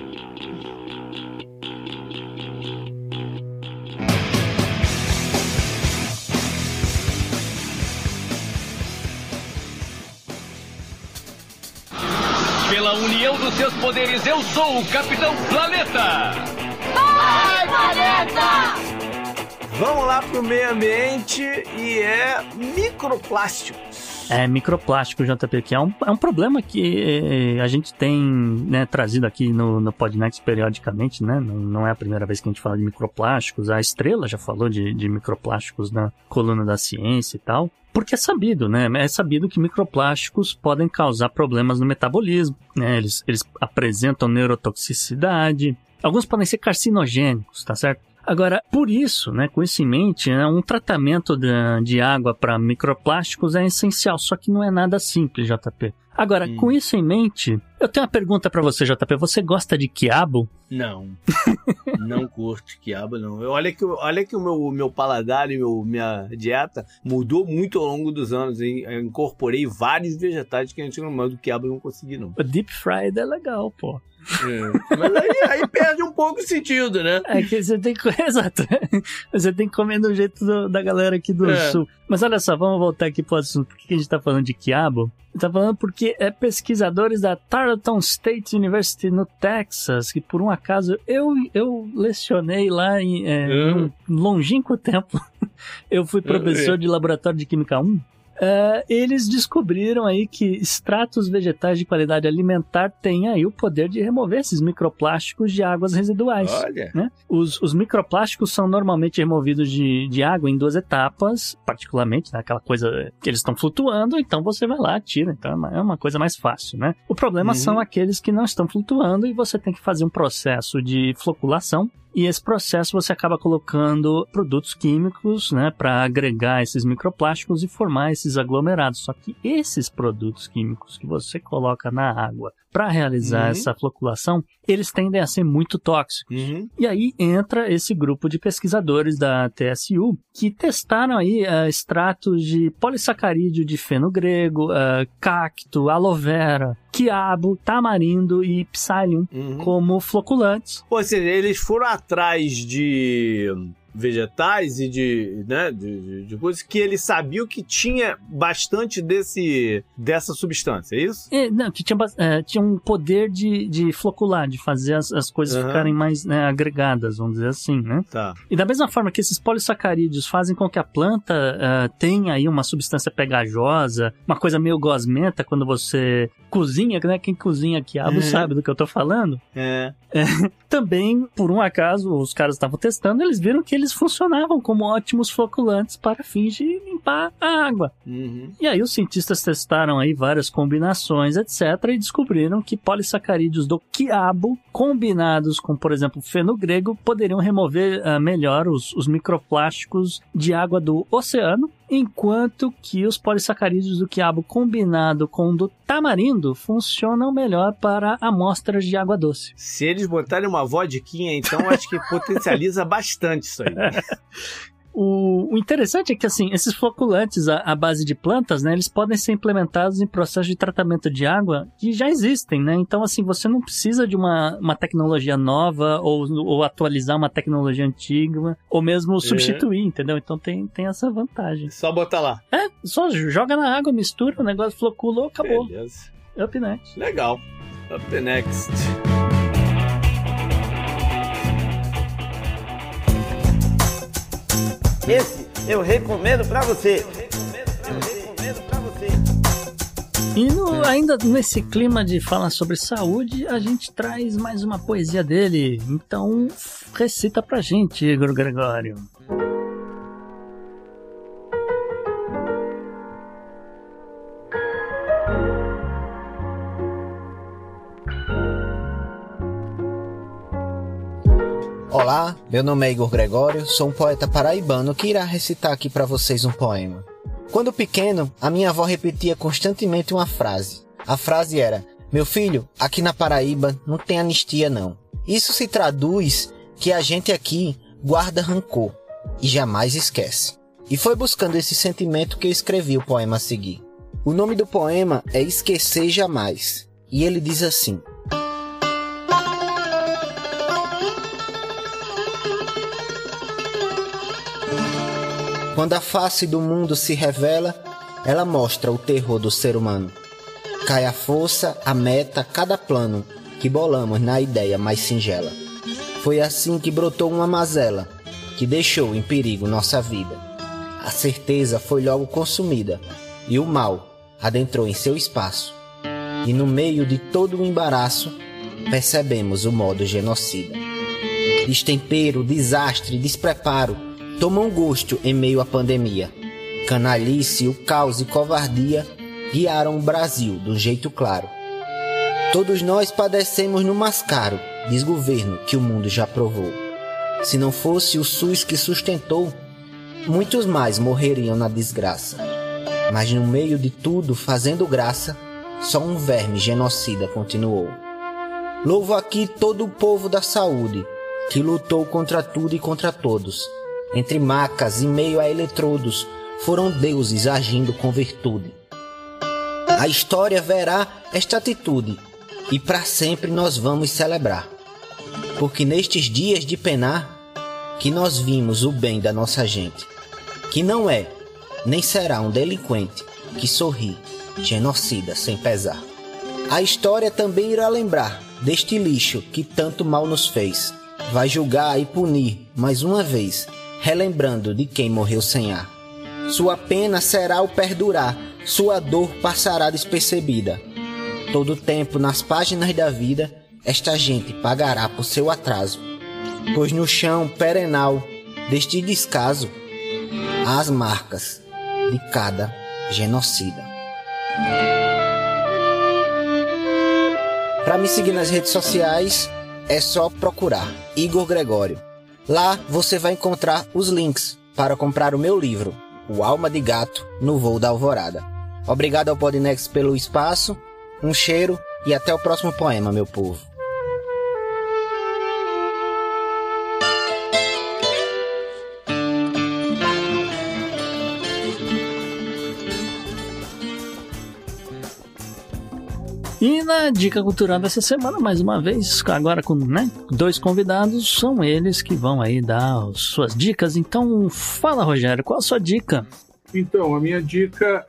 Pela união dos seus poderes, eu sou o Capitão Planeta! Vai, Planeta! Vamos lá pro meio ambiente e é microplásticos. É, microplástico, J P, que é um, é um problema que a gente tem, né, trazido aqui no, no Podnext periodicamente, né? Não, não é a primeira vez que a gente fala de microplásticos. A Estrela já falou de, de microplásticos na coluna da ciência e tal. Porque é sabido, né? É sabido que microplásticos podem causar problemas no metabolismo, né? Eles, eles apresentam neurotoxicidade. Alguns podem ser carcinogênicos, tá certo? Agora, por isso, né, com isso em mente, né, um tratamento de, de água para microplásticos é essencial, só que não é nada simples, J P. Agora, hum. com isso em mente, eu tenho uma pergunta para você, J P. Você gosta de quiabo? Não. Não curto quiabo, não. Olha que, olha que o meu, meu paladar e meu, minha dieta mudou muito ao longo dos anos. Hein? Eu incorporei vários vegetais que a gente não manda do quiabo, eu não consegui, não. O deep fried é legal, pô. É. Mas aí, aí perde um pouco o sentido, né? É que você tem que... Exato. Você tem que comer do jeito do, da galera aqui do é. sul. Mas olha só, vamos voltar aqui pro assunto. Por que a gente tá falando de quiabo? A gente tá falando porque é pesquisadores da Tarleton State University no Texas, que por um acaso eu, eu lecionei lá em é, uhum. um longínquo tempo. Eu fui professor uhum. de laboratório de Química um. Uh, eles descobriram aí que extratos vegetais de qualidade alimentar têm aí o poder de remover esses microplásticos de águas residuais. Olha! Né? Os, os microplásticos são normalmente removidos de, de água em duas etapas, particularmente, né? Aquela coisa que eles estão flutuando, então você vai lá, tira, então é uma, é uma coisa mais fácil, né? O problema uhum. são aqueles que não estão flutuando e você tem que fazer um processo de floculação. E esse processo você acaba colocando produtos químicos, né, para agregar esses microplásticos e formar esses aglomerados. Só que esses produtos químicos que você coloca na água para realizar uhum. essa floculação, eles tendem a ser muito tóxicos. Uhum. E aí entra esse grupo de pesquisadores da T S U que testaram aí uh, extratos de polissacarídeo de feno grego, uh, cacto, aloe vera, quiabo, tamarindo e psyllium uhum. como floculantes. Ou seja, eles foram atrás de vegetais e de, né, de, de, de coisas que eles sabiam que tinha bastante desse, dessa substância, é isso? É, não, que tinha, é, tinha um poder de, de flocular, de fazer as, as coisas uhum. ficarem mais, né, agregadas, vamos dizer assim, né? Tá. E da mesma forma que esses polissacarídeos fazem com que a planta uh, tenha aí uma substância pegajosa, uma coisa meio gosmenta quando você cozinha, né? Quem cozinha quiabo uhum. sabe do que eu tô falando. É. É, também, por um acaso, os caras estavam testando, eles viram que eles funcionavam como ótimos floculantes para fins de limpar a água. Uhum. E aí os cientistas testaram aí várias combinações, etcétera, e descobriram que polissacarídeos do quiabo, combinados com, por exemplo, feno grego, poderiam remover uh, melhor os, os microplásticos de água do oceano, enquanto que os polissacarídeos do quiabo combinado com o do tamarindo funcionam melhor para amostras de água doce. Se eles botarem uma vodquinha, então acho que potencializa bastante isso aí. O, o interessante é que, assim, esses floculantes à, à base de plantas, né, eles podem ser implementados em processos de tratamento de água que já existem, né? Então, assim, você não precisa de uma, uma tecnologia nova ou, ou atualizar uma tecnologia antiga ou mesmo substituir, é. entendeu? Então tem, tem essa vantagem. Só botar lá. É, só joga na água, mistura, o negócio floculou, acabou. Beleza. Up next. Legal. Up next. Esse eu recomendo pra você. Eu recomendo, eu recomendo pra você. E no, ainda nesse clima de falar sobre saúde, a gente traz mais uma poesia dele. Então, recita pra gente, Igor Gregório. Olá, meu nome é Igor Gregório, sou um poeta paraibano que irá recitar aqui para vocês um poema. Quando pequeno, a minha avó repetia constantemente uma frase. A frase era: meu filho, aqui na Paraíba não tem anistia não. Isso se traduz que a gente aqui guarda rancor e jamais esquece. E foi buscando esse sentimento que eu escrevi o poema a seguir. O nome do poema é Esquecer Jamais, e ele diz assim: quando a face do mundo se revela, ela mostra o terror do ser humano. Cai a força, a meta, cada plano que bolamos na ideia mais singela. Foi assim que brotou uma mazela, que deixou em perigo nossa vida. A certeza foi logo consumida, e o mal adentrou em seu espaço. E no meio de todo o embaraço, percebemos o modo genocida. Destempero, desastre, despreparo, tomam gosto em meio à pandemia. Canalice, o caos e covardia guiaram o Brasil de um jeito claro. Todos nós padecemos no mascaro, desgoverno que o mundo já provou. Se não fosse o SUS que sustentou, muitos mais morreriam na desgraça. Mas no meio de tudo, fazendo graça, só um verme genocida continuou. Louvo aqui todo o povo da saúde, que lutou contra tudo e contra todos. Entre macas e meio a eletrodos, foram deuses agindo com virtude. A história verá esta atitude, e para sempre nós vamos celebrar. Porque nestes dias de penar, que nós vimos o bem da nossa gente, que não é, nem será um delinquente, que sorri, genocida sem pesar. A história também irá lembrar deste lixo que tanto mal nos fez. Vai julgar e punir, mais uma vez, relembrando de quem morreu sem ar. Sua pena será o perdurar, sua dor passará despercebida. Todo tempo nas páginas da vida, esta gente pagará por seu atraso, pois no chão perenal deste descaso há as marcas de cada genocida. Para me seguir nas redes sociais, é só procurar Igor Gregório. Lá você vai encontrar os links para comprar o meu livro, O Alma de Gato no Voo da Alvorada. Obrigado ao Podnext pelo espaço, um cheiro e até o próximo poema, meu povo. E na dica cultural dessa semana, mais uma vez, agora com né, dois convidados, são eles que vão aí dar as suas dicas. Então, fala, Rogério, qual a sua dica? Então, a minha dica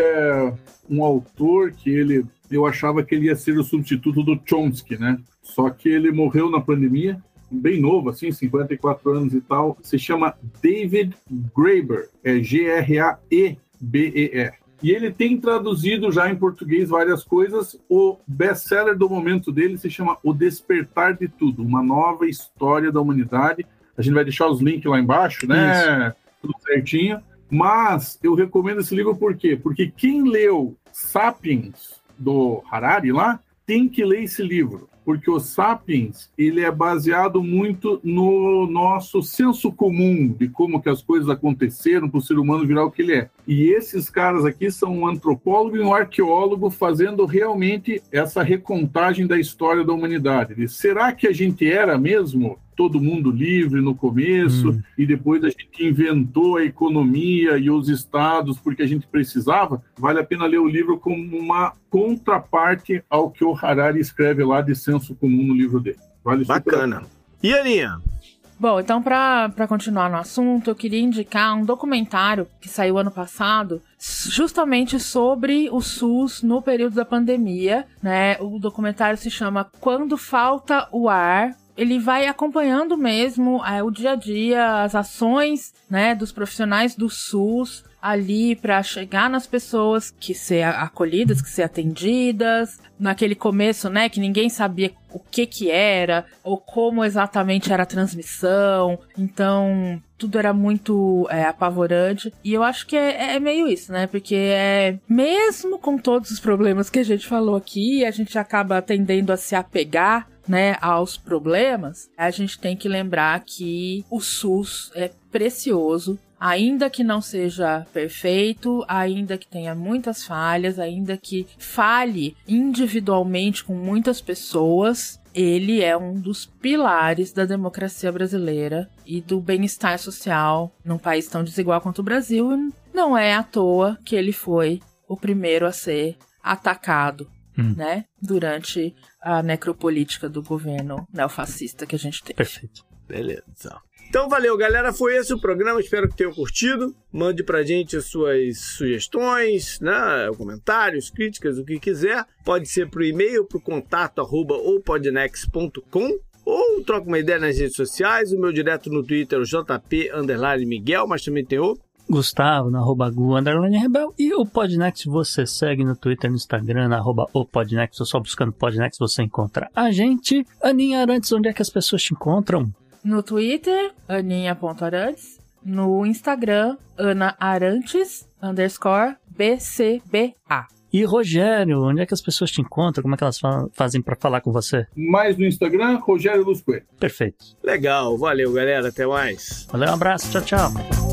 é um autor que ele, eu achava que ele ia ser o substituto do Chomsky, né? Só que ele morreu na pandemia, bem novo, assim, cinquenta e quatro anos e tal. Se chama David Graeber, é G R A E B E R. E ele tem traduzido já em português várias coisas. O best-seller do momento dele se chama O Despertar de Tudo, uma nova história da humanidade. A gente vai deixar os links lá embaixo, né? Isso. Tudo certinho. Mas eu recomendo esse livro por quê? Porque quem leu Sapiens, do Harari lá, tem que ler esse livro. Porque o Sapiens, ele é baseado muito no nosso senso comum de como que as coisas aconteceram para o ser humano virar o que ele é. E esses caras aqui são um antropólogo e um arqueólogo fazendo realmente essa recontagem da história da humanidade. De, será que a gente era mesmo todo mundo livre no começo hum. e depois a gente inventou a economia e os estados porque a gente precisava? Vale a pena ler o livro como uma contraparte ao que o Harari escreve lá de senso comum no livro dele. Vale Bacana. E Aninha? Bom, então para continuar no assunto, eu queria indicar um documentário que saiu ano passado justamente sobre o SUS no período da pandemia, né? O documentário se chama Quando Falta o Ar. Ele vai acompanhando mesmo é, o dia a dia, as ações, né, dos profissionais do SUS ali para chegar nas pessoas que ser acolhidas, que ser atendidas. Naquele começo, né, que ninguém sabia o que que era ou como exatamente era a transmissão. Então, tudo era muito é, apavorante. E eu acho que é, é meio isso, né? Porque é, mesmo com todos os problemas que a gente falou aqui, a gente acaba tendendo a se apegar, né, aos problemas. A gente tem que lembrar que o SUS é precioso, ainda que não seja perfeito, ainda que tenha muitas falhas, ainda que falhe individualmente com muitas pessoas, ele é um dos pilares da democracia brasileira e do bem-estar social num país tão desigual quanto o Brasil. E não é à toa que ele foi o primeiro a ser atacado, hum. né, durante a necropolítica do governo neofascista que a gente teve. Perfeito. Beleza. Então valeu, galera, foi esse o programa, espero que tenham curtido. Mande pra gente as suas sugestões, né, comentários, críticas, o que quiser. Pode ser pro e-mail, pro contato arroba opodnext ponto com, ou troca uma ideia nas redes sociais. O meu direto no Twitter é o jp underline Miguel, mas também tem o Gustavo, na arroba Gu, underline Rebel. E o Podnext você segue no Twitter, no Instagram, na arroba o Podnext, ou só buscando Podnext você encontra a gente. Aninha Arantes, onde é que as pessoas te encontram? No Twitter, aninha ponto arantes. No Instagram, Ana Arantes, underscore B C B A. E Rogério, onde é que as pessoas te encontram? Como é que elas fa- fazem para falar com você? Mais no Instagram, Rogério Luz Coelho. Perfeito. Legal, valeu, galera, até mais. Valeu, um abraço, tchau, tchau.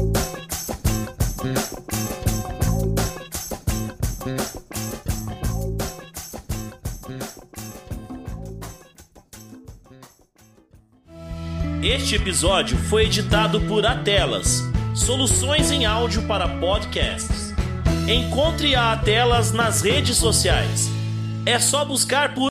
Este episódio foi editado por Atelas, soluções em áudio para podcasts. Encontre a Atelas nas redes sociais. É só buscar por